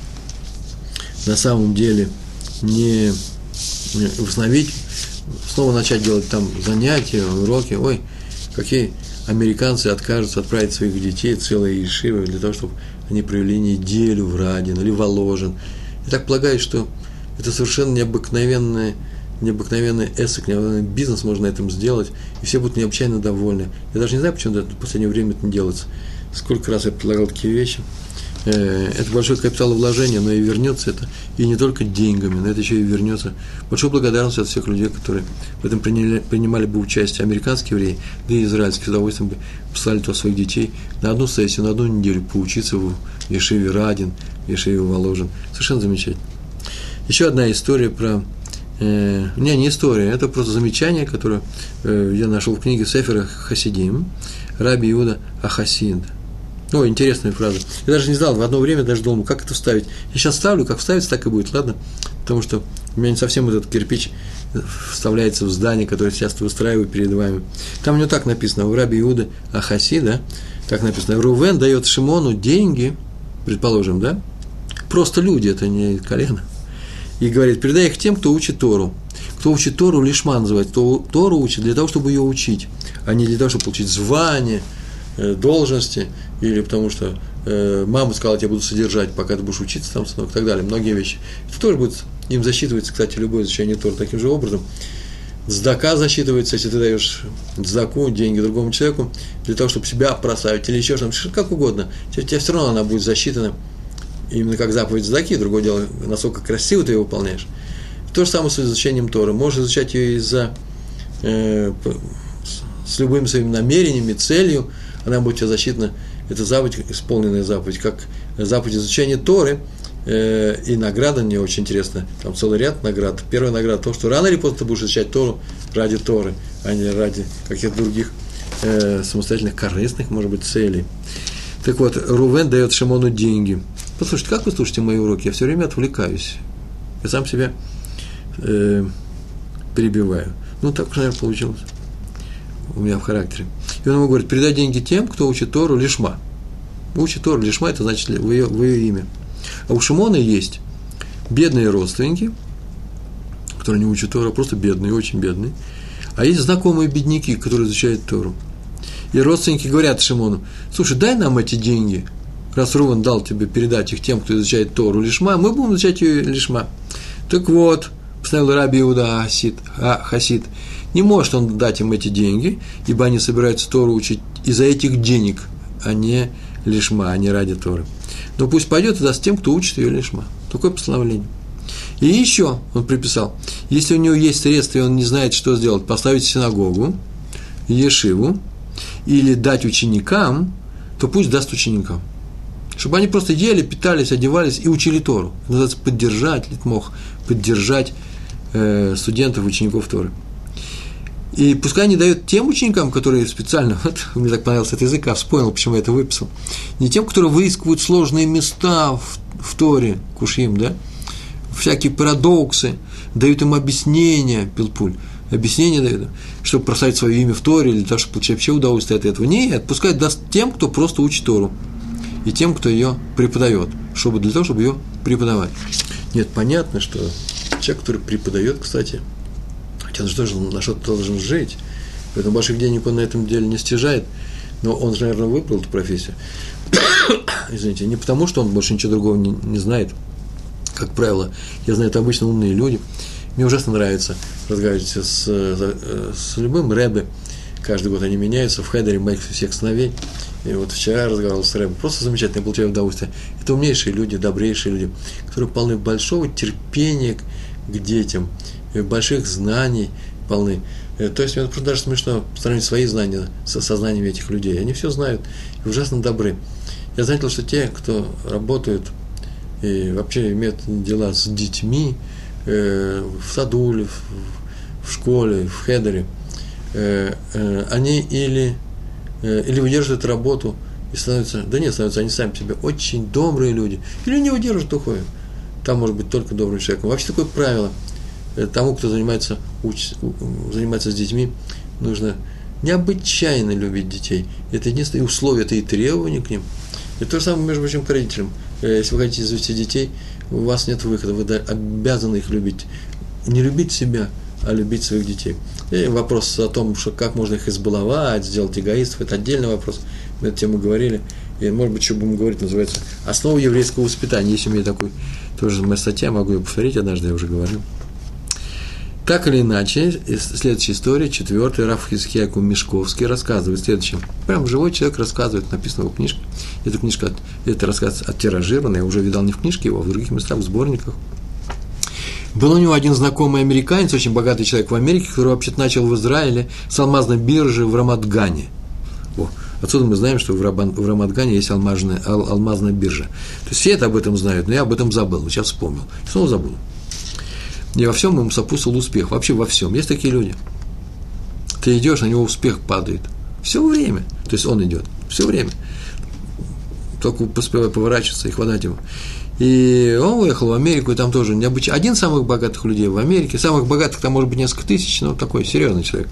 на самом деле, не восстановить, снова начать делать там занятия, уроки. Ой, какие американцы откажутся отправить своих детей целые ешивы для того, чтобы они провели неделю в Радин или в Воложен. Я так полагаю, что это совершенно необыкновенный эссек, необыкновенный бизнес можно на этом сделать, и все будут необычайно довольны. Я даже не знаю, почему в последнее время это не делается. Сколько раз я предлагал такие вещи. Это большое капиталовложение, но и вернется это, и не только деньгами, но это еще и вернется. Большую благодарность от всех людей, которые в этом принимали бы участие, американские евреи, да и израильские, с удовольствием бы послали туда своих детей на одну сессию, на одну неделю поучиться в Ешиве Радин, в Ешиве Воложен. Совершенно замечательно. Еще одна история про... не история, это просто замечание, которое я нашел в книге Сефер Хасидим, Раби Иуда Ахасид. Ой, интересная фраза. Я даже не знал, в одно время даже думал, как это вставить. Я сейчас ставлю, как вставится, так и будет, ладно? Потому что у меня не совсем этот кирпич вставляется в здание, которое сейчас выстраиваю перед вами. Там у него так написано, у Раби Иуды Ахасида, так написано, Рувен дает Шимону деньги, предположим, да? Просто люди, это не колено. И говорит, передай их тем, кто учит Тору. Кто учит Тору, лишма называется. Кто Тору учит для того, чтобы ее учить, а не для того, чтобы получить звание, должности, или потому что мама сказала, я буду содержать, пока ты будешь учиться там, сынок, и так далее. Многие вещи. Это тоже будет, им засчитывается, кстати, любое изучение Торы таким же образом. Цдака засчитывается, если ты даешь цдаку, деньги другому человеку, для того, чтобы себя прославить, или еще что-то, как угодно. Тебе все равно она будет засчитана именно как заповедь цдаки, другое дело, насколько красиво ты ее выполняешь. То же самое с изучением Торы. Можешь изучать ее с любыми своими намерениями, целью, она будет у тебя засчитана, это заповедь, исполненная заповедь, как заповедь изучения Торы, и награда мне очень интересна, там целый ряд наград. Первая награда, то, что рано или поздно ты будешь изучать Тору ради Торы, а не ради каких-то других самостоятельных, корыстных, может быть, целей. Так вот, Рувен дает Шимону деньги. Послушайте, как вы слушаете мои уроки? Я все время отвлекаюсь. Я сам себя перебиваю. Ну, так уж, наверное, получилось у меня в характере. И он ему говорит, передай деньги тем, кто учит Тору лишма. Учит Тору лишма, это значит в ее имя. А у Шимона есть бедные родственники, которые не учат Тору, а просто бедные, очень бедные. А есть знакомые бедняки, которые изучают Тору. И родственники говорят Шимону, слушай, дай нам эти деньги, раз Рувен дал тебе передать их тем, кто изучает Тору лишма, мы будем изучать ее лишма. Так вот, постановил Раби Иуда Хасид, не может он дать им эти деньги, ибо они собираются Тору учить из-за этих денег, а не лишма, а не ради Торы. Но пусть пойдет и даст тем, кто учит ее лишма. Такое постановление. И еще он приписал, если у него есть средства, и он не знает, что сделать, поставить синагогу, ешиву, или дать ученикам, то пусть даст ученикам. Чтобы они просто ели, питались, одевались и учили Тору. Это называется поддержать, литмох, поддержать студентов, учеников Торы. И пускай не дает тем ученикам, которые специально, вот, мне так понравился этот язык, вспомнил, почему я это выписал, не тем, которые выискивают сложные места в Торе, кушьим, да, всякие парадоксы, дают им объяснения, пилпуль, объяснения дают, чтобы прославить свое имя в Торе, или для того, чтобы получать вообще удовольствие от этого. Нет, пускай даст тем, кто просто учит Тору, и тем, кто ее преподает, для того, чтобы ее преподавать. Нет, понятно, что человек, который преподает, кстати, хотя он же тоже на что-то должен жить, поэтому больших денег он на этом деле не стяжает, но он же, наверное, выбрал эту профессию. Извините, не потому, что он больше ничего другого не знает. Как правило, я знаю, это обычно умные люди. Мне ужасно нравится разговаривать с любым рэбе. Каждый год они меняются в хедере моих всех сыновей. И вот вчера я разговаривал с рэбе. Просто замечательно, я получаю удовольствие. Это умнейшие люди, добрейшие люди, которые полны большого терпения к детям, больших знаний полны. То есть, мне просто даже смешно сравнить свои знания со знаниями этих людей. Они все знают и ужасно добры. Я заметил, что те, кто работают и вообще имеют дела с детьми в саду или в школе, в хедере, они или выдерживают работу и становятся они сами по себе очень добрые люди, или не выдерживают, уходят. Там может быть только добрым человеком. Вообще такое правило. Тому, кто занимается с детьми, нужно необычайно любить детей. Это единственное условие, это и требования к ним. И то же самое, между прочим, к родителям. Если вы хотите завести детей, у вас нет выхода, вы обязаны их любить. Не любить себя, а любить своих детей. И вопрос о том, что как можно их избаловать, сделать эгоистов, это отдельный вопрос. Мы эту тему говорили. И, может быть, что будем говорить, называется «Основа еврейского воспитания». Есть у меня такой, тоже моя статья, могу ее повторить однажды, я уже говорил. Так или иначе, следующая история, 4-й, Рав Хизкияку Мешковский рассказывает следующее. Прям живой человек рассказывает, написано в его книжке. Эта книжка, это рассказ оттиражирован, я уже видал не в книжке его, а в других местах, в сборниках. Был у него один знакомый американец, очень богатый человек в Америке, который вообще-то начал в Израиле с алмазной биржи в Рамат-Гане. Отсюда мы знаем, что в Рамат-Гане есть алмазная биржа. То есть все это об этом знают, но я об этом забыл, сейчас вспомнил. Снова забыл. И во всем ему сопутствовал успех. Вообще во всем. Есть такие люди. Ты идешь, на него успех падает. Все время. То есть он идет. Все время. Только успевай поворачиваться и хватать его. И он уехал в Америку, и там тоже необычайно. Один из самых богатых людей в Америке. Самых богатых там может быть несколько тысяч, но такой серьезный человек.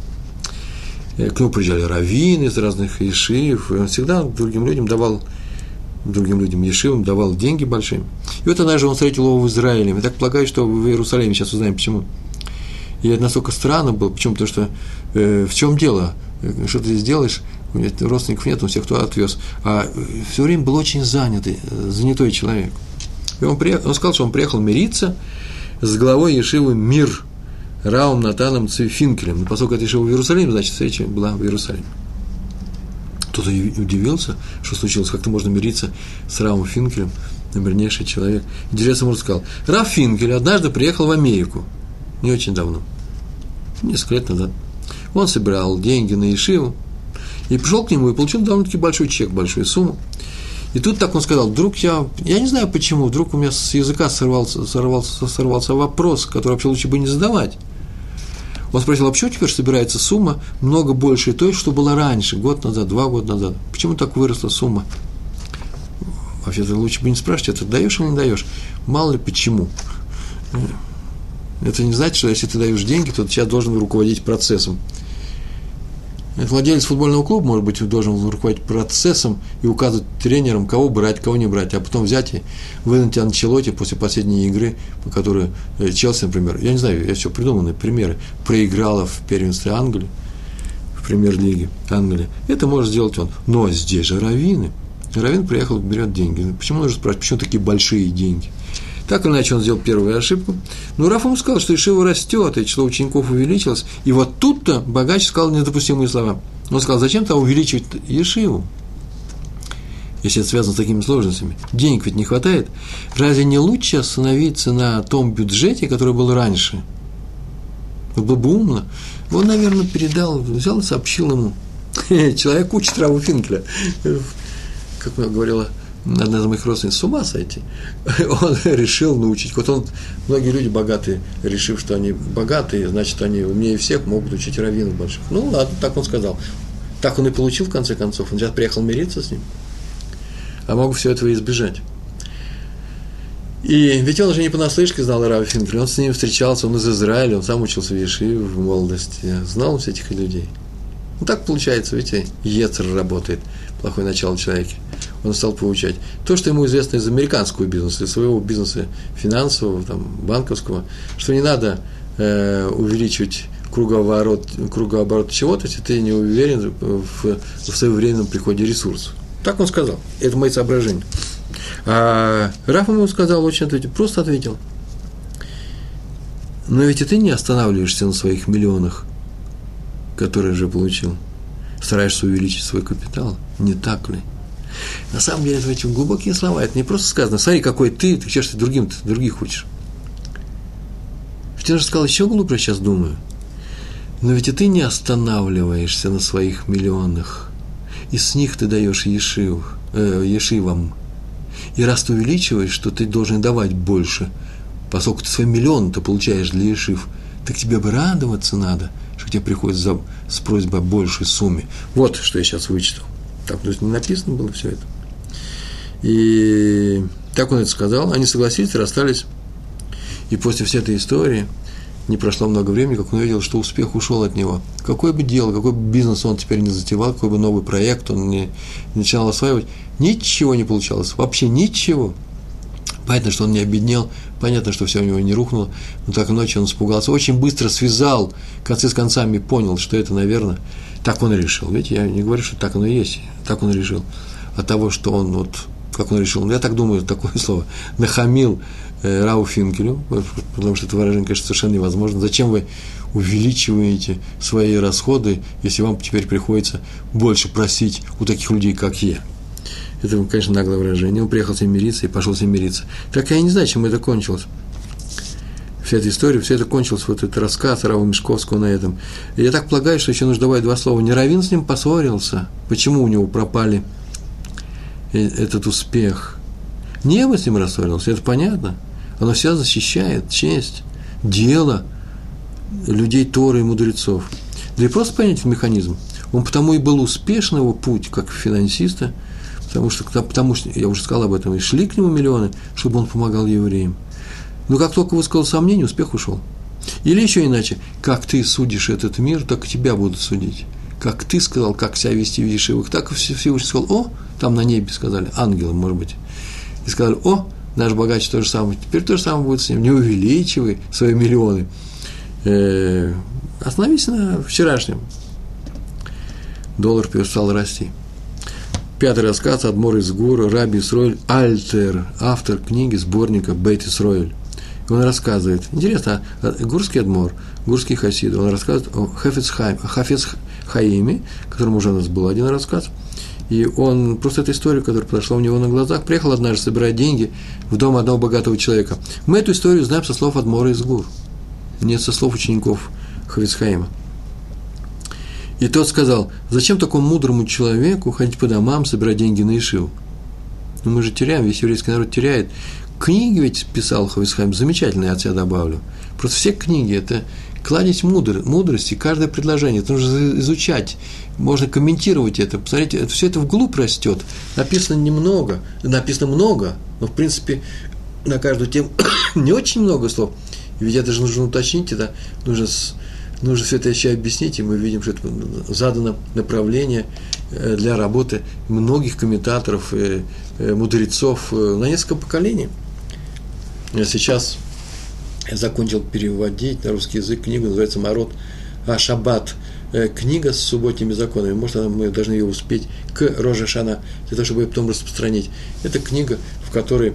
К нему приезжали раввины из разных ешив. И он всегда другим людям ешивам давал деньги большие. И вот однажды он встретил его в Израиле. Я так полагаю, что в Иерусалиме, сейчас узнаем почему. И это настолько странно было. Почему? Потому что в чем дело? Что ты здесь делаешь? У меня родственников нет, он всех кто отвез. А все время был очень занятой человек. И он сказал, что он приехал мириться с главой ешивы Мир Равом Натаном Цвифинкелем. Но поскольку это ешива в Иерусалиме, значит, встреча была в Иерусалиме. Кто-то удивился, что случилось, как-то можно мириться с Равом Финкелем, навернейший человек. Интересно, ему сказал, Рав Финкель однажды приехал в Америку, не очень давно, несколько лет назад. Он собирал деньги на ешиву, и пришел к нему и получил довольно-таки большой чек, большую сумму. И тут так он сказал, вдруг я не знаю почему, вдруг у меня с языка сорвался вопрос, который вообще лучше бы не задавать. Он спросил, а почему теперь собирается сумма много больше той, что была раньше, год назад, 2 года назад? Почему так выросла сумма? Вообще-то лучше бы не спрашивать, это даешь или не даешь? Мало ли почему. Это не значит, что если ты даешь деньги, то ты сейчас должен руководить процессом. Владелец футбольного клуба, может быть, должен руководить процессом и указывать тренерам, кого брать, кого не брать, а потом взять и вынуть Анчелотти после последней игры, по которой Челси, например, я не знаю, я все придуманные примеры, проиграла в первенстве Англии, в премьер-лиге Англии. Это может сделать он. Но здесь же раввины. Раввин приехал, берет деньги. Почему нужно спрашивать, почему такие большие деньги? Так или иначе, он сделал первую ошибку. Но Раф ему сказал, что ешива растет, и число учеников увеличилось. И вот тут-то богач сказал недопустимые слова. Он сказал, зачем-то увеличивать ешиву, если это связано с такими сложностями. Денег ведь не хватает. Разве не лучше остановиться на том бюджете, который был раньше? Это было бы умно. Он, наверное, взял и сообщил ему. Человек учит Рава Финкеля. Как говорила одна из моих родственниц, с ума сойти. Он решил научить. Многие люди богатые, решив, что они богатые, значит, они умнее всех, могут учить раввинов больших. Ну, ладно, так он сказал. Так он и получил, в конце концов. Он сейчас приехал мириться с ним. А мог все этого избежать. И ведь он же не понаслышке знал Рава Финкеля, он с ним встречался, он из Израиля, он сам учился в Ешиве в молодости, знал он всех этих людей. Ну, так получается, видите, Ецер работает, плохое начало в человеке. Он стал получать то, что ему известно из американского бизнеса, из своего бизнеса финансового, там, банковского, что не надо увеличивать кругооборот чего-то, если ты не уверен в своевременном приходе ресурсов. Так он сказал, это мои соображения. А Раф ему сказал, просто ответил. Но ведь и ты не останавливаешься на своих миллионах, которые же получил. Стараешься увеличить свой капитал, не так ли? На самом деле, это очень глубокие слова. Это не просто сказано, смотри, какой ты чего ж ты других хочешь. Ведь он же сказал, еще глубже, я сейчас думаю. Но ведь и ты не останавливаешься на своих миллионах. И с них ты даешь ешивам. И раз ты увеличиваешь, что ты должен давать больше, поскольку ты свой миллион ты получаешь для ешив, так тебе бы радоваться надо, что тебе приходит с просьбой о большей сумме. Вот, что я сейчас вычитал. Так, то есть не написано было все это. И так он это сказал, они согласились, расстались. И после всей этой истории не прошло много времени, как он увидел, что успех ушел от него. Какое бы дело, какой бы бизнес он теперь не затевал, какой бы новый проект он не начинал осваивать, ничего не получалось, вообще ничего. Понятно, что он не обеднел, понятно, что все у него не рухнуло, но так ночью он испугался, очень быстро связал концы с концами, понял, что это, наверное, так он и решил. Видите, я не говорю, что так оно и есть, так он и решил. От того, что он, как он решил, я так думаю, такое слово, нахамил Раву Финкелю, потому что это выражение, конечно, совершенно невозможно. Зачем вы увеличиваете свои расходы, если вам теперь приходится больше просить у таких людей, как я? Это, конечно, наглое выражение. Он приехал с ним мириться и пошел с ним мириться. Так я не знаю, чем это кончилось. Вся эта история, все это кончилось, вот этот рассказ Рава Мешковского на этом. И я так полагаю, что еще нужно добавить два слова. Не раввин с ним поссорился. Почему у него пропали этот успех? Небо с ним рассорился, это понятно. Оно вся защищает честь, дело людей Торы и мудрецов. Да и просто понять механизм. Он потому и был успешен, его путь, как финансиста, потому что, я уже сказал об этом, и шли к нему миллионы, чтобы он помогал евреям. Но как только высказал сомнение, успех ушел. Или еще иначе, как ты судишь этот мир, так и тебя будут судить. Как ты сказал, как себя вести в ешивах, так и Всевышний сказал, там на небе сказали, ангелы, может быть, и сказали, наш богач то же самое, теперь то же самое будет с ним, не увеличивай свои миллионы. Остановись на вчерашнем. Доллар перестал расти. 5-й рассказ Адмор из Гур, Раби Исроэль Альтер, автор книги, сборника Бейт Исроэль. И он рассказывает, интересно, гурский Адмор, гурский хасид, он рассказывает о Хафец Хаиме, которому уже у нас был один рассказ, и он, просто эта история, которая произошла у него на глазах, приехал однажды собирать деньги в дом одного богатого человека. Мы эту историю знаем со слов Адмора из Гур, не со слов учеников Хафец Хаима. И тот сказал, зачем такому мудрому человеку ходить по домам, собирать деньги на ешиву? Ну, мы же теряем, весь еврейский народ теряет. Книги ведь писал Хафец Хаим, замечательные, от себя добавлю. Просто все книги – это кладезь мудрости, каждое предложение, это нужно изучать, можно комментировать это, посмотрите, все это вглубь растет. Написано много, но, в принципе, на каждую тему не очень много слов. Ведь это же нужно уточнить, это нужно все это еще объяснить, и мы видим, что это задано направление для работы многих комментаторов, мудрецов на несколько поколений. Сейчас я закончил переводить на русский язык книгу, называется «Марот Шаббат», книга с субботними законами. Может, мы должны ее успеть к Рош ха-Шана, для того, чтобы ее потом распространить. Это книга, которая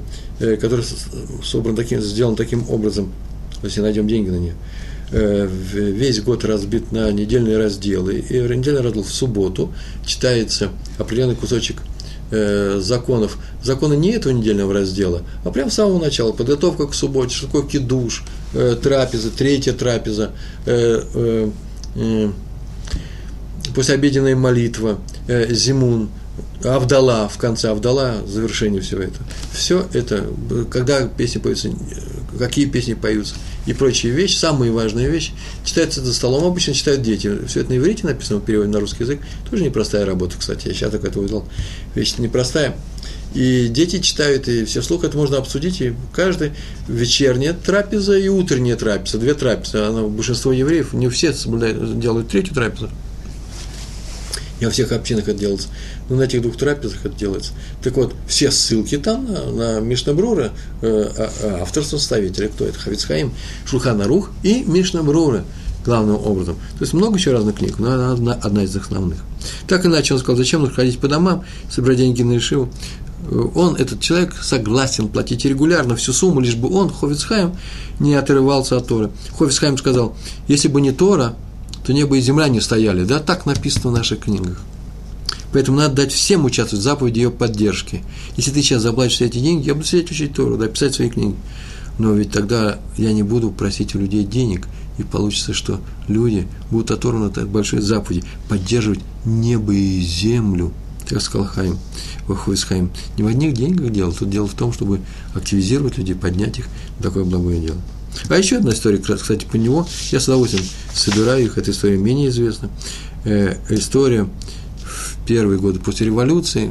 сделана таким образом, если найдем деньги на нее. Весь год разбит на недельные разделы, и недельный раздел в субботу читается определенный кусочек законов. Законы не этого недельного раздела, а прямо с самого начала. Подготовка к субботе, что такое кидуш, трапеза, третья трапеза, послеобеденная молитва, зимун, Авдала, в конце Авдала, завершение всего этого. Все это, когда песни поются, какие песни поются и прочие вещи, самые важные вещи, читаются за столом, обычно читают дети. Все это на иврите написано, в переводе на русский язык, тоже непростая работа, кстати, я сейчас только это увидел, вещь непростая. И дети читают, и все вслух это можно обсудить, и каждый вечерняя трапеза и утренняя трапеза, 2 трапезы, большинство евреев, не все делают 3-ю трапезу, не во всех общинах это делается, но на этих 2 трапезах это делается. Так вот, все ссылки там на Мишна Брура, автор-составителя, кто это, Хафец Хаим, Шулхан Арух и Мишна Брура, главным образом. То есть много еще разных книг, но она одна из основных. Так иначе он сказал, зачем нужно ходить по домам, собирать деньги на решиву. Он, этот человек, согласен платить регулярно всю сумму, лишь бы он, Хафец Хаим, не отрывался от Торы. Хафец Хаим сказал, если бы не Тора, то небо и земля не стояли. Да, так написано в наших книгах. Поэтому надо дать всем участвовать в заповеди ее поддержки. Если ты сейчас заплатишь все эти деньги, я буду сидеть учить Тору, да, писать свои книги. Но ведь тогда я не буду просить у людей денег, и получится, что люди будут оторваны от большой заповеди поддерживать небо и землю. Так сказал Хаим, Хафец Хаим. Не в одних деньгах дело, тут дело в том, чтобы активизировать людей, поднять их на такое благое дело. А еще одна история, кстати, по него, я с удовольствием собираю их, эта история менее известна. История в первые годы после революции,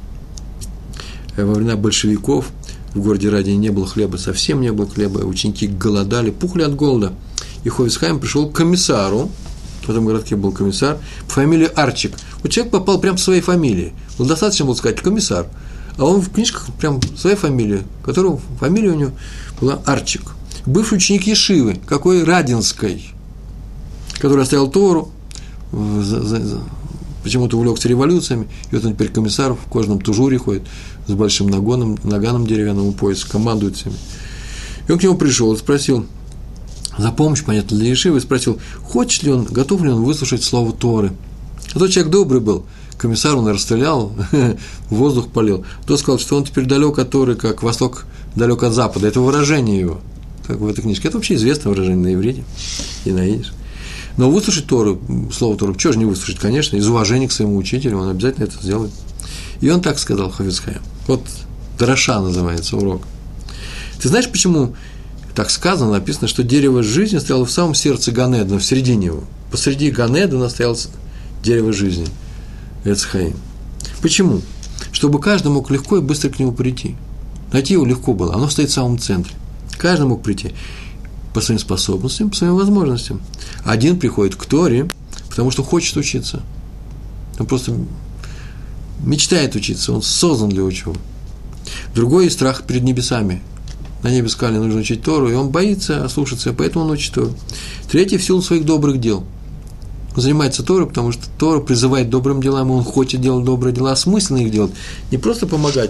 во времена большевиков, в городе Радине не было хлеба, совсем не было хлеба, ученики голодали, пухли от голода. И Хафец Хаим пришел к комиссару, в этом городке был комиссар, по фамилии Арчик. Вот человек попал прямо по своей фамилии. Вот достаточно было сказать комиссар, а он в книжках прям своей фамилии, которого фамилия у него была Арчик. Бывший ученик Ешивы, какой Радинской, который оставил Тору, почему-то увлекся революциями, и вот он теперь комиссар в кожаном тужуре ходит, с большим наганом деревянным у пояса, командует всеми. И он к нему пришел и спросил, за помощь, понятно, для Ешивы, спросил, хочет ли он, готов ли он выслушать слово Торы. А тот человек добрый был, комиссар он расстрелял, воздух полил. Тот сказал, что он теперь далек от Торы, как восток далек от запада. Это выражение его, как в этой книжке. Это вообще известное выражение на иврите и на идиш. Но выслушать Тору, слово Тору, чего же не выслушать, конечно, из уважения к своему учителю, он обязательно это сделает. И он так сказал, Хафец Хаим. Вот Драша называется урок. Ты знаешь, почему так сказано, написано, что дерево жизни стояло в самом сердце Ганедана, в середине его. Посреди Ганедана стояло дерево жизни. Хафец Хаим. Почему? Чтобы каждый мог легко и быстро к нему прийти. Найти его легко было, оно стоит в самом центре. Каждый мог прийти по своим способностям, по своим возможностям. Один приходит к Торе, потому что хочет учиться. Он просто мечтает учиться, он создан для учебы. Другой – страх перед небесами. На небе сказали, нужно учить Тору, и он боится ослушаться, поэтому он учит Тору. Третий – в силу своих добрых дел. Он занимается Торой, потому что Тора призывает к добрым делам, и он хочет делать добрые дела, осмысленно их делать. Не просто помогать,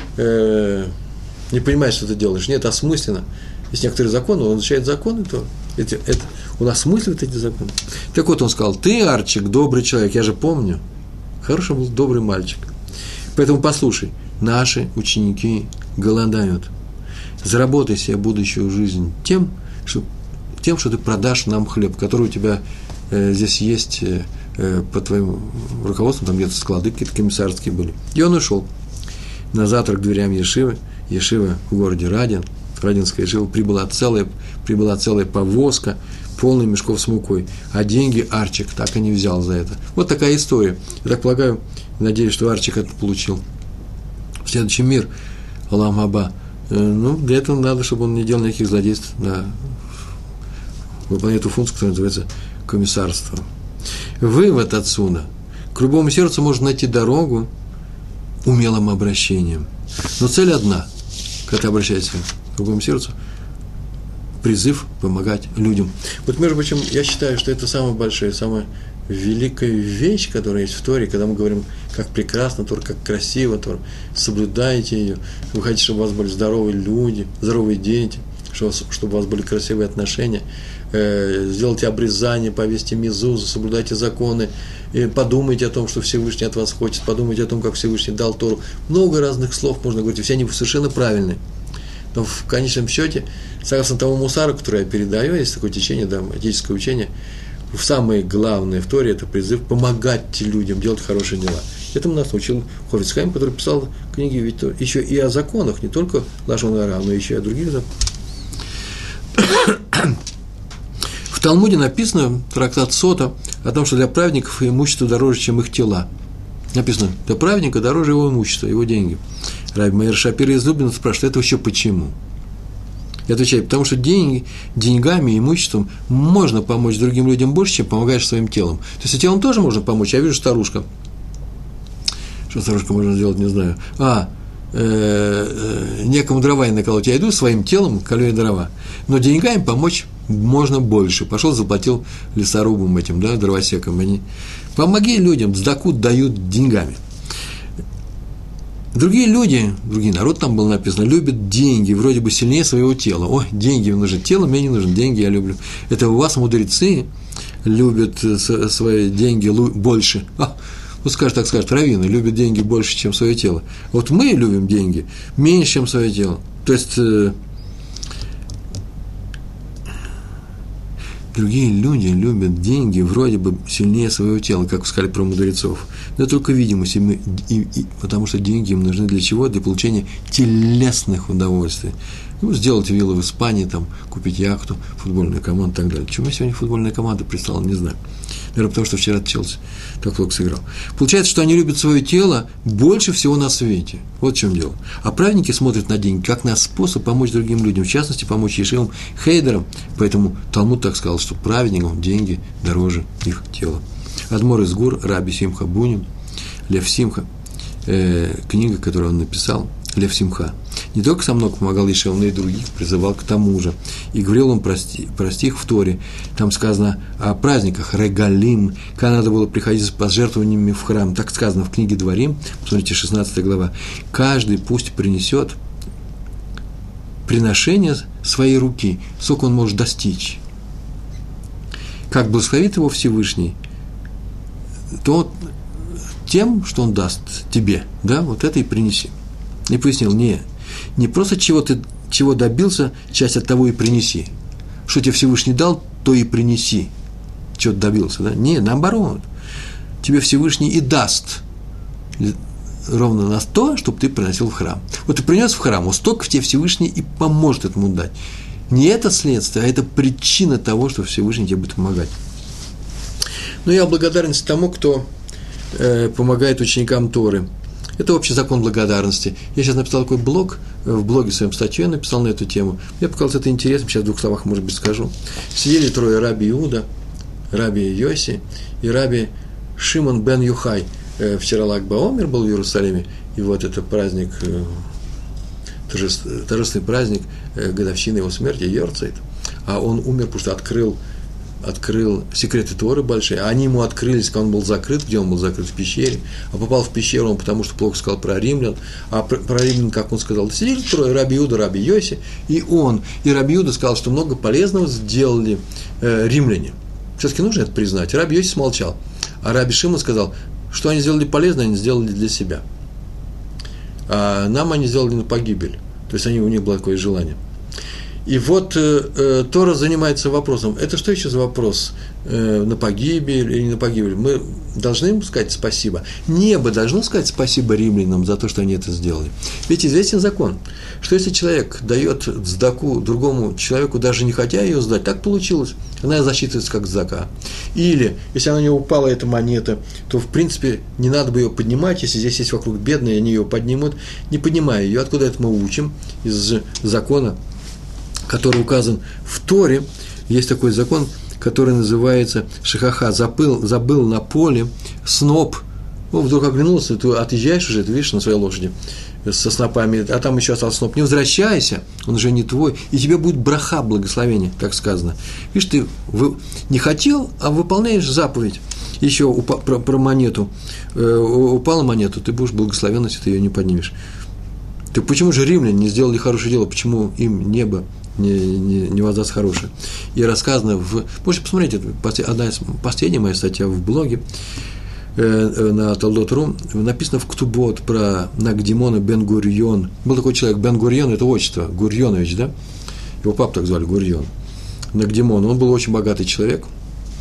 не понимать, что ты делаешь, нет, осмысленно. Есть некоторые законы, он изучает законы, то он осмысливает эти законы. Так вот, он сказал, ты, Арчик, добрый человек, я же помню, хороший был добрый мальчик. Поэтому послушай, наши ученики голодают. Заработай себе будущую жизнь тем, что ты продашь нам хлеб, который у тебя здесь есть под твоим руководством, там где-то склады какие-то комиссарские были. И он ушел. На завтра к дверям Ешивы, Ешива в городе Радин, Радинская Ешива, прибыла целая повозка, полная мешков с мукой, а деньги Арчик так и не взял за это. Вот такая история. Я так полагаю, надеюсь, что Арчик это получил. В следующий мир, Алам Аба, для этого надо, чтобы он не делал никаких злодейств, выполняет эту функцию, которая называется комиссарство. Вывод отсюда. К любому сердцу можно найти дорогу умелым обращением. Но цель одна, когда ты обращаешься к другому сердцу, призыв помогать людям. Вот, между прочим, я считаю, что это самая большая, самая великая вещь, которая есть в Торе, когда мы говорим, как прекрасно Тора, как красиво Тора, соблюдайте ее, вы хотите, чтобы у вас были здоровые люди, здоровые дети, чтобы у вас были красивые отношения, сделайте обрезание, повесьте мезузу, соблюдайте законы, подумайте о том, что Всевышний от вас хочет, подумайте о том, как Всевышний дал Тору. Много разных слов можно говорить, и все они совершенно правильные. Но в конечном счете, согласно тому мусару, который я передаю, есть такое течение, этическое учение, самое главное в Торе – это призыв помогать людям, делать хорошие дела. Этому нас научил Хофец Хаим, который писал книги ведь еще и о законах, не только лашон гара, но еще и о других законах. В Талмуде написано, трактат Сота, о том, что для праведников имущество дороже, чем их тела. Написано, для праведника дороже его имущество, его деньги. Раби Меир Шапир из Люблина спрашивает, это еще почему? Я отвечаю, потому что деньгами, имуществом можно помочь другим людям больше, чем помогаешь своим телом. То есть и телом тоже можно помочь. Я вижу старушка. Что старушка можно сделать, не знаю. Некому дрова не наколоть. Я иду своим телом, колю дрова. Но деньгами помочь можно больше. Пошел, заплатил лесорубам этим, да, дровосекам. Помоги людям, цдаку дают деньгами. Другие люди, другие народ там было написано, любят деньги, вроде бы сильнее своего тела. Ой, деньги мне нужны, тело мне не нужно, деньги я люблю. Это у вас мудрецы любят свои деньги больше. Пускай так скажет, раввины любят деньги больше, чем свое тело. Вот мы любим деньги меньше, чем свое тело. То есть другие люди любят деньги вроде бы сильнее своего тела, как вы сказали про мудрецов. Но только видимость, потому что деньги им нужны для чего? Для получения телесных удовольствий. Сделать виллу в Испании, там, купить яхту, футбольную команду и так далее. Почему сегодня футбольная команда пристала, не знаю. Наверное, потому что вчера Челси так плохо сыграл. Получается, что они любят свое тело больше всего на свете. Вот в чем дело. А праведники смотрят на деньги как на способ помочь другим людям, в частности, помочь ешивам, хейдерам. Поэтому Талмуд так сказал, что праведникам деньги дороже их тела. Адмор из Гур, Раби Симха Бунин, Лев Симха, книга, которую он написал, Лев Симха, не только сам много помогал ешивам, но и других призывал к тому же. И говорил он про стих в Торе, там сказано о праздниках, регалим, когда надо было приходить с пожертвованиями в храм, так сказано в книге Дворим, посмотрите, 16 глава, каждый пусть принесет приношение своей руки, сколько он может достичь. Как благословит его Всевышний, то тем, что он даст тебе, да, вот это и принеси. И пояснил, не просто чего добился, часть от того и принеси. Что тебе Всевышний дал, то и принеси. Чего ты добился, да? Не, наоборот. Тебе Всевышний и даст ровно на то, чтобы ты приносил в храм. Вот ты принес в храм, вот столько тебе Всевышний и поможет этому дать. Не это следствие, а это причина того, что Всевышний тебе будет помогать. Но я благодарность тому, кто помогает ученикам Торы. Это общий закон благодарности. Я сейчас написал такой блог, в блоге своем статью я написал на эту тему. Мне показалось это интересным, сейчас в 2 словах, может быть, скажу. Сидели 3 раби Иуда, раби Йоси и раби Шимон бен Юхай. Вчера Lag Баомер был в Иерусалиме, и вот это праздник, торжественный праздник годовщины его смерти, Йорцайт. А он умер, потому что открыл секреты Торы большие, а они ему открылись, когда он был закрыт, где он был закрыт в пещере, а попал в пещеру он потому, что плохо сказал про римлян, а про римлян, как он сказал, сидели 3 раби Иуда, раби Йоси, и раби Иуда сказал, что много полезного сделали римляне. Все-таки нужно это признать. Раби Йоси смолчал, а раби Шимон сказал, что они сделали полезно, они сделали для себя, а нам они сделали на погибель, то есть у них было такое желание. И вот Тора занимается вопросом, это что еще за вопрос, на погибель или не на погибель? Мы должны им сказать спасибо. Небо должно сказать спасибо римлянам за то, что они это сделали. Ведь известен закон, что если человек дает цдаку другому человеку, даже не хотя ее сдать, так получилось, она засчитывается как цдака. Или, если она у него упала, эта монета, то, в принципе, не надо бы ее поднимать, если здесь есть вокруг бедные, они ее поднимут, не поднимая ее. Откуда это мы учим? Из закона, который указан в Торе, есть такой закон, который называется шихаха, забыл на поле сноп, вдруг оглянулся, ты отъезжаешь уже, ты видишь на своей лошади со снопами, а там еще остался сноп, не возвращайся, он уже не твой, и тебе будет браха, благословение, как сказано. Видишь, ты не хотел, а выполняешь заповедь. Еще про монету, упала монета, ты будешь благословен, если ты ее не поднимешь. Так почему же римляне не сделали хорошее дело, почему им небо не воздаст хорошее? И рассказано можете посмотреть, это одна из последняя моя статья в блоге на Талдот.ру, написано в Ктубот про Нагдимона Бен-Гурьон. Был такой человек, Бен-Гурьон, это отчество, Гурьонович, да? Его папу так звали, Гурьон. Нагдимон, он был очень богатый человек,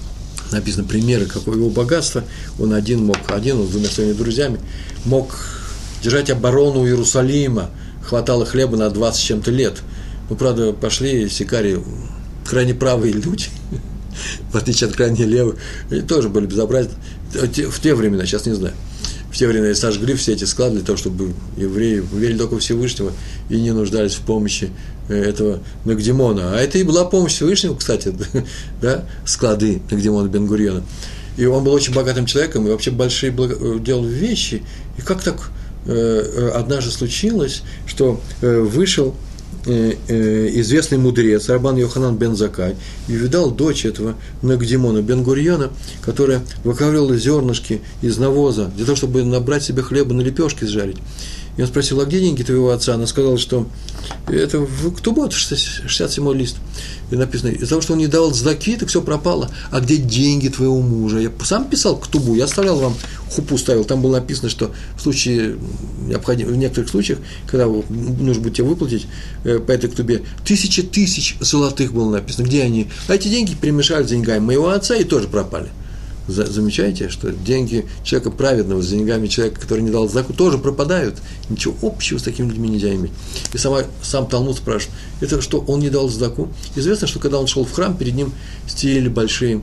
написано примеры, какое его богатство. Он с двумя своими друзьями, мог держать оборону Иерусалима, хватало хлеба на 20 с чем-то лет. Ну, правда, пошли сикари, крайне правые люди, в отличие от крайне левых, они тоже были безобразны. В те времена, сейчас не знаю, в те времена сожгли все эти склады для того, чтобы евреи верили только в Всевышнего и не нуждались в помощи этого Нагдимона. А это и была помощь Всевышнего, кстати, да, склады Нагдимона бен-Гуриона. И он был очень богатым человеком и вообще большие делал вещи. И как так однажды случилось, что вышел известный мудрец Рабан Йоханан бен Заккай и видал дочь этого Нагдимона бен-Гуриона, которая выковыривала зернышки из навоза для того, чтобы набрать себе хлеба на лепешки сжарить. И он спросил: а где деньги твоего отца? Она сказала, что это в Ктубот, 67-й лист. И написано: из-за того, что он не давал цдаки, так все пропало. А где деньги твоего мужа? Я сам писал Ктубу, я оставлял вам, хупу ставил, там было написано, что в случае, в некоторых случаях, когда нужно будет тебе выплатить по этой Ктубе, 1000 тысяч золотых было написано. Где они? А эти деньги перемешались с деньгами моего отца и тоже пропали. Замечаете, что деньги человека праведного с деньгами человека, который не дал цдаку, тоже пропадают. Ничего общего с такими людьми нельзя иметь. И сам Талмуд спрашивает, это что, он не дал цдаку? Известно, что когда он шел в храм, перед ним стелили большие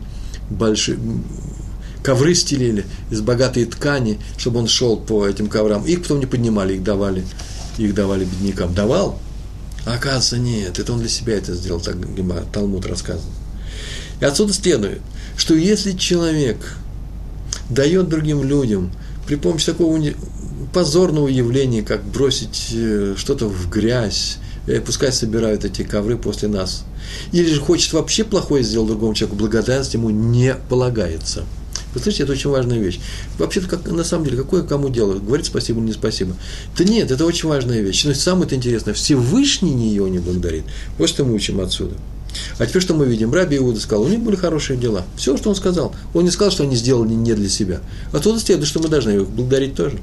ковры стелили из богатой ткани, чтобы он шел по этим коврам. Их потом не поднимали, их давали беднякам. Давал? А оказывается, нет, это он для себя это сделал, так Талмуд рассказывает. И отсюда следует, что если человек дает другим людям при помощи такого позорного явления, как бросить что-то в грязь, пускай собирают эти ковры после нас, или же хочет вообще плохое сделать другому человеку, благодарность ему не полагается. Вы слышите, это очень важная вещь. Вообще-то, на самом деле, какое кому дело? Говорить спасибо, не спасибо. Да нет, это очень важная вещь. Но самое интересное, Всевышний ее не благодарит. Вот что мы учим отсюда. А теперь что мы видим? Раби Иуда сказал, у них были хорошие дела. Все, что он сказал. Он не сказал, что они сделали не для себя. Оттуда следует, что мы должны их благодарить тоже.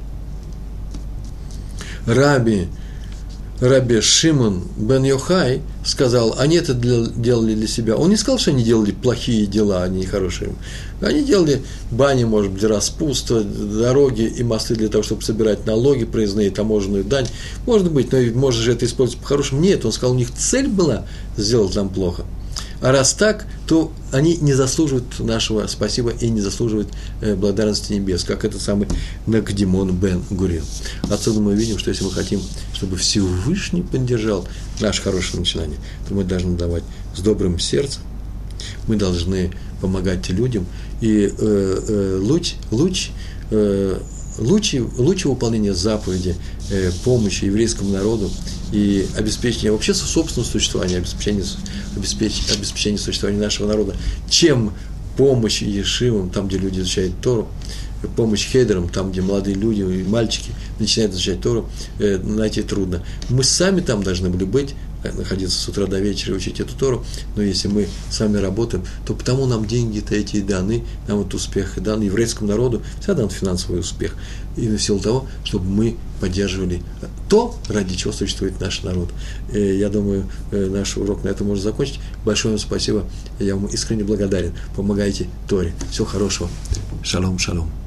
Раби Шимон бен Йохай сказал, они это делали для себя. Он не сказал, что они делали плохие дела, они нехорошие. Они делали бани, может быть, для распутства, дороги и мосты для того, чтобы собирать налоги, проездные, таможенную дань. Может быть, но можно же это использовать по-хорошему. Нет, он сказал, у них цель была сделать нам плохо. А раз так, то они не заслуживают нашего спасибо и не заслуживают благодарности небес, как этот самый Нагдимон бен-Гурион. Отсюда мы видим, что если мы хотим, чтобы Всевышний поддержал наше хорошее начинание, то мы должны давать с добрым сердцем, мы должны помогать людям, и лучшее выполнение заповеди, помощи еврейскому народу и обеспечение вообще собственного существования, обеспечение существования нашего народа, чем помощь ешивам, там, где люди изучают Тору, помощь хейдерам, там, где молодые люди и мальчики начинают изучать Тору, найти трудно. Мы сами там должны были быть, находиться с утра до вечера и учить эту Тору, но если мы сами работаем, то потому нам деньги-то эти и даны, нам вот успех и дан еврейскому народу, всегда дан финансовый успех, и в силу того, чтобы мы поддерживали то, ради чего существует наш народ. Я думаю, наш урок на этом можно закончить. Большое вам спасибо, я вам искренне благодарен. Помогайте Торе. Всего хорошего. Шалом, шалом.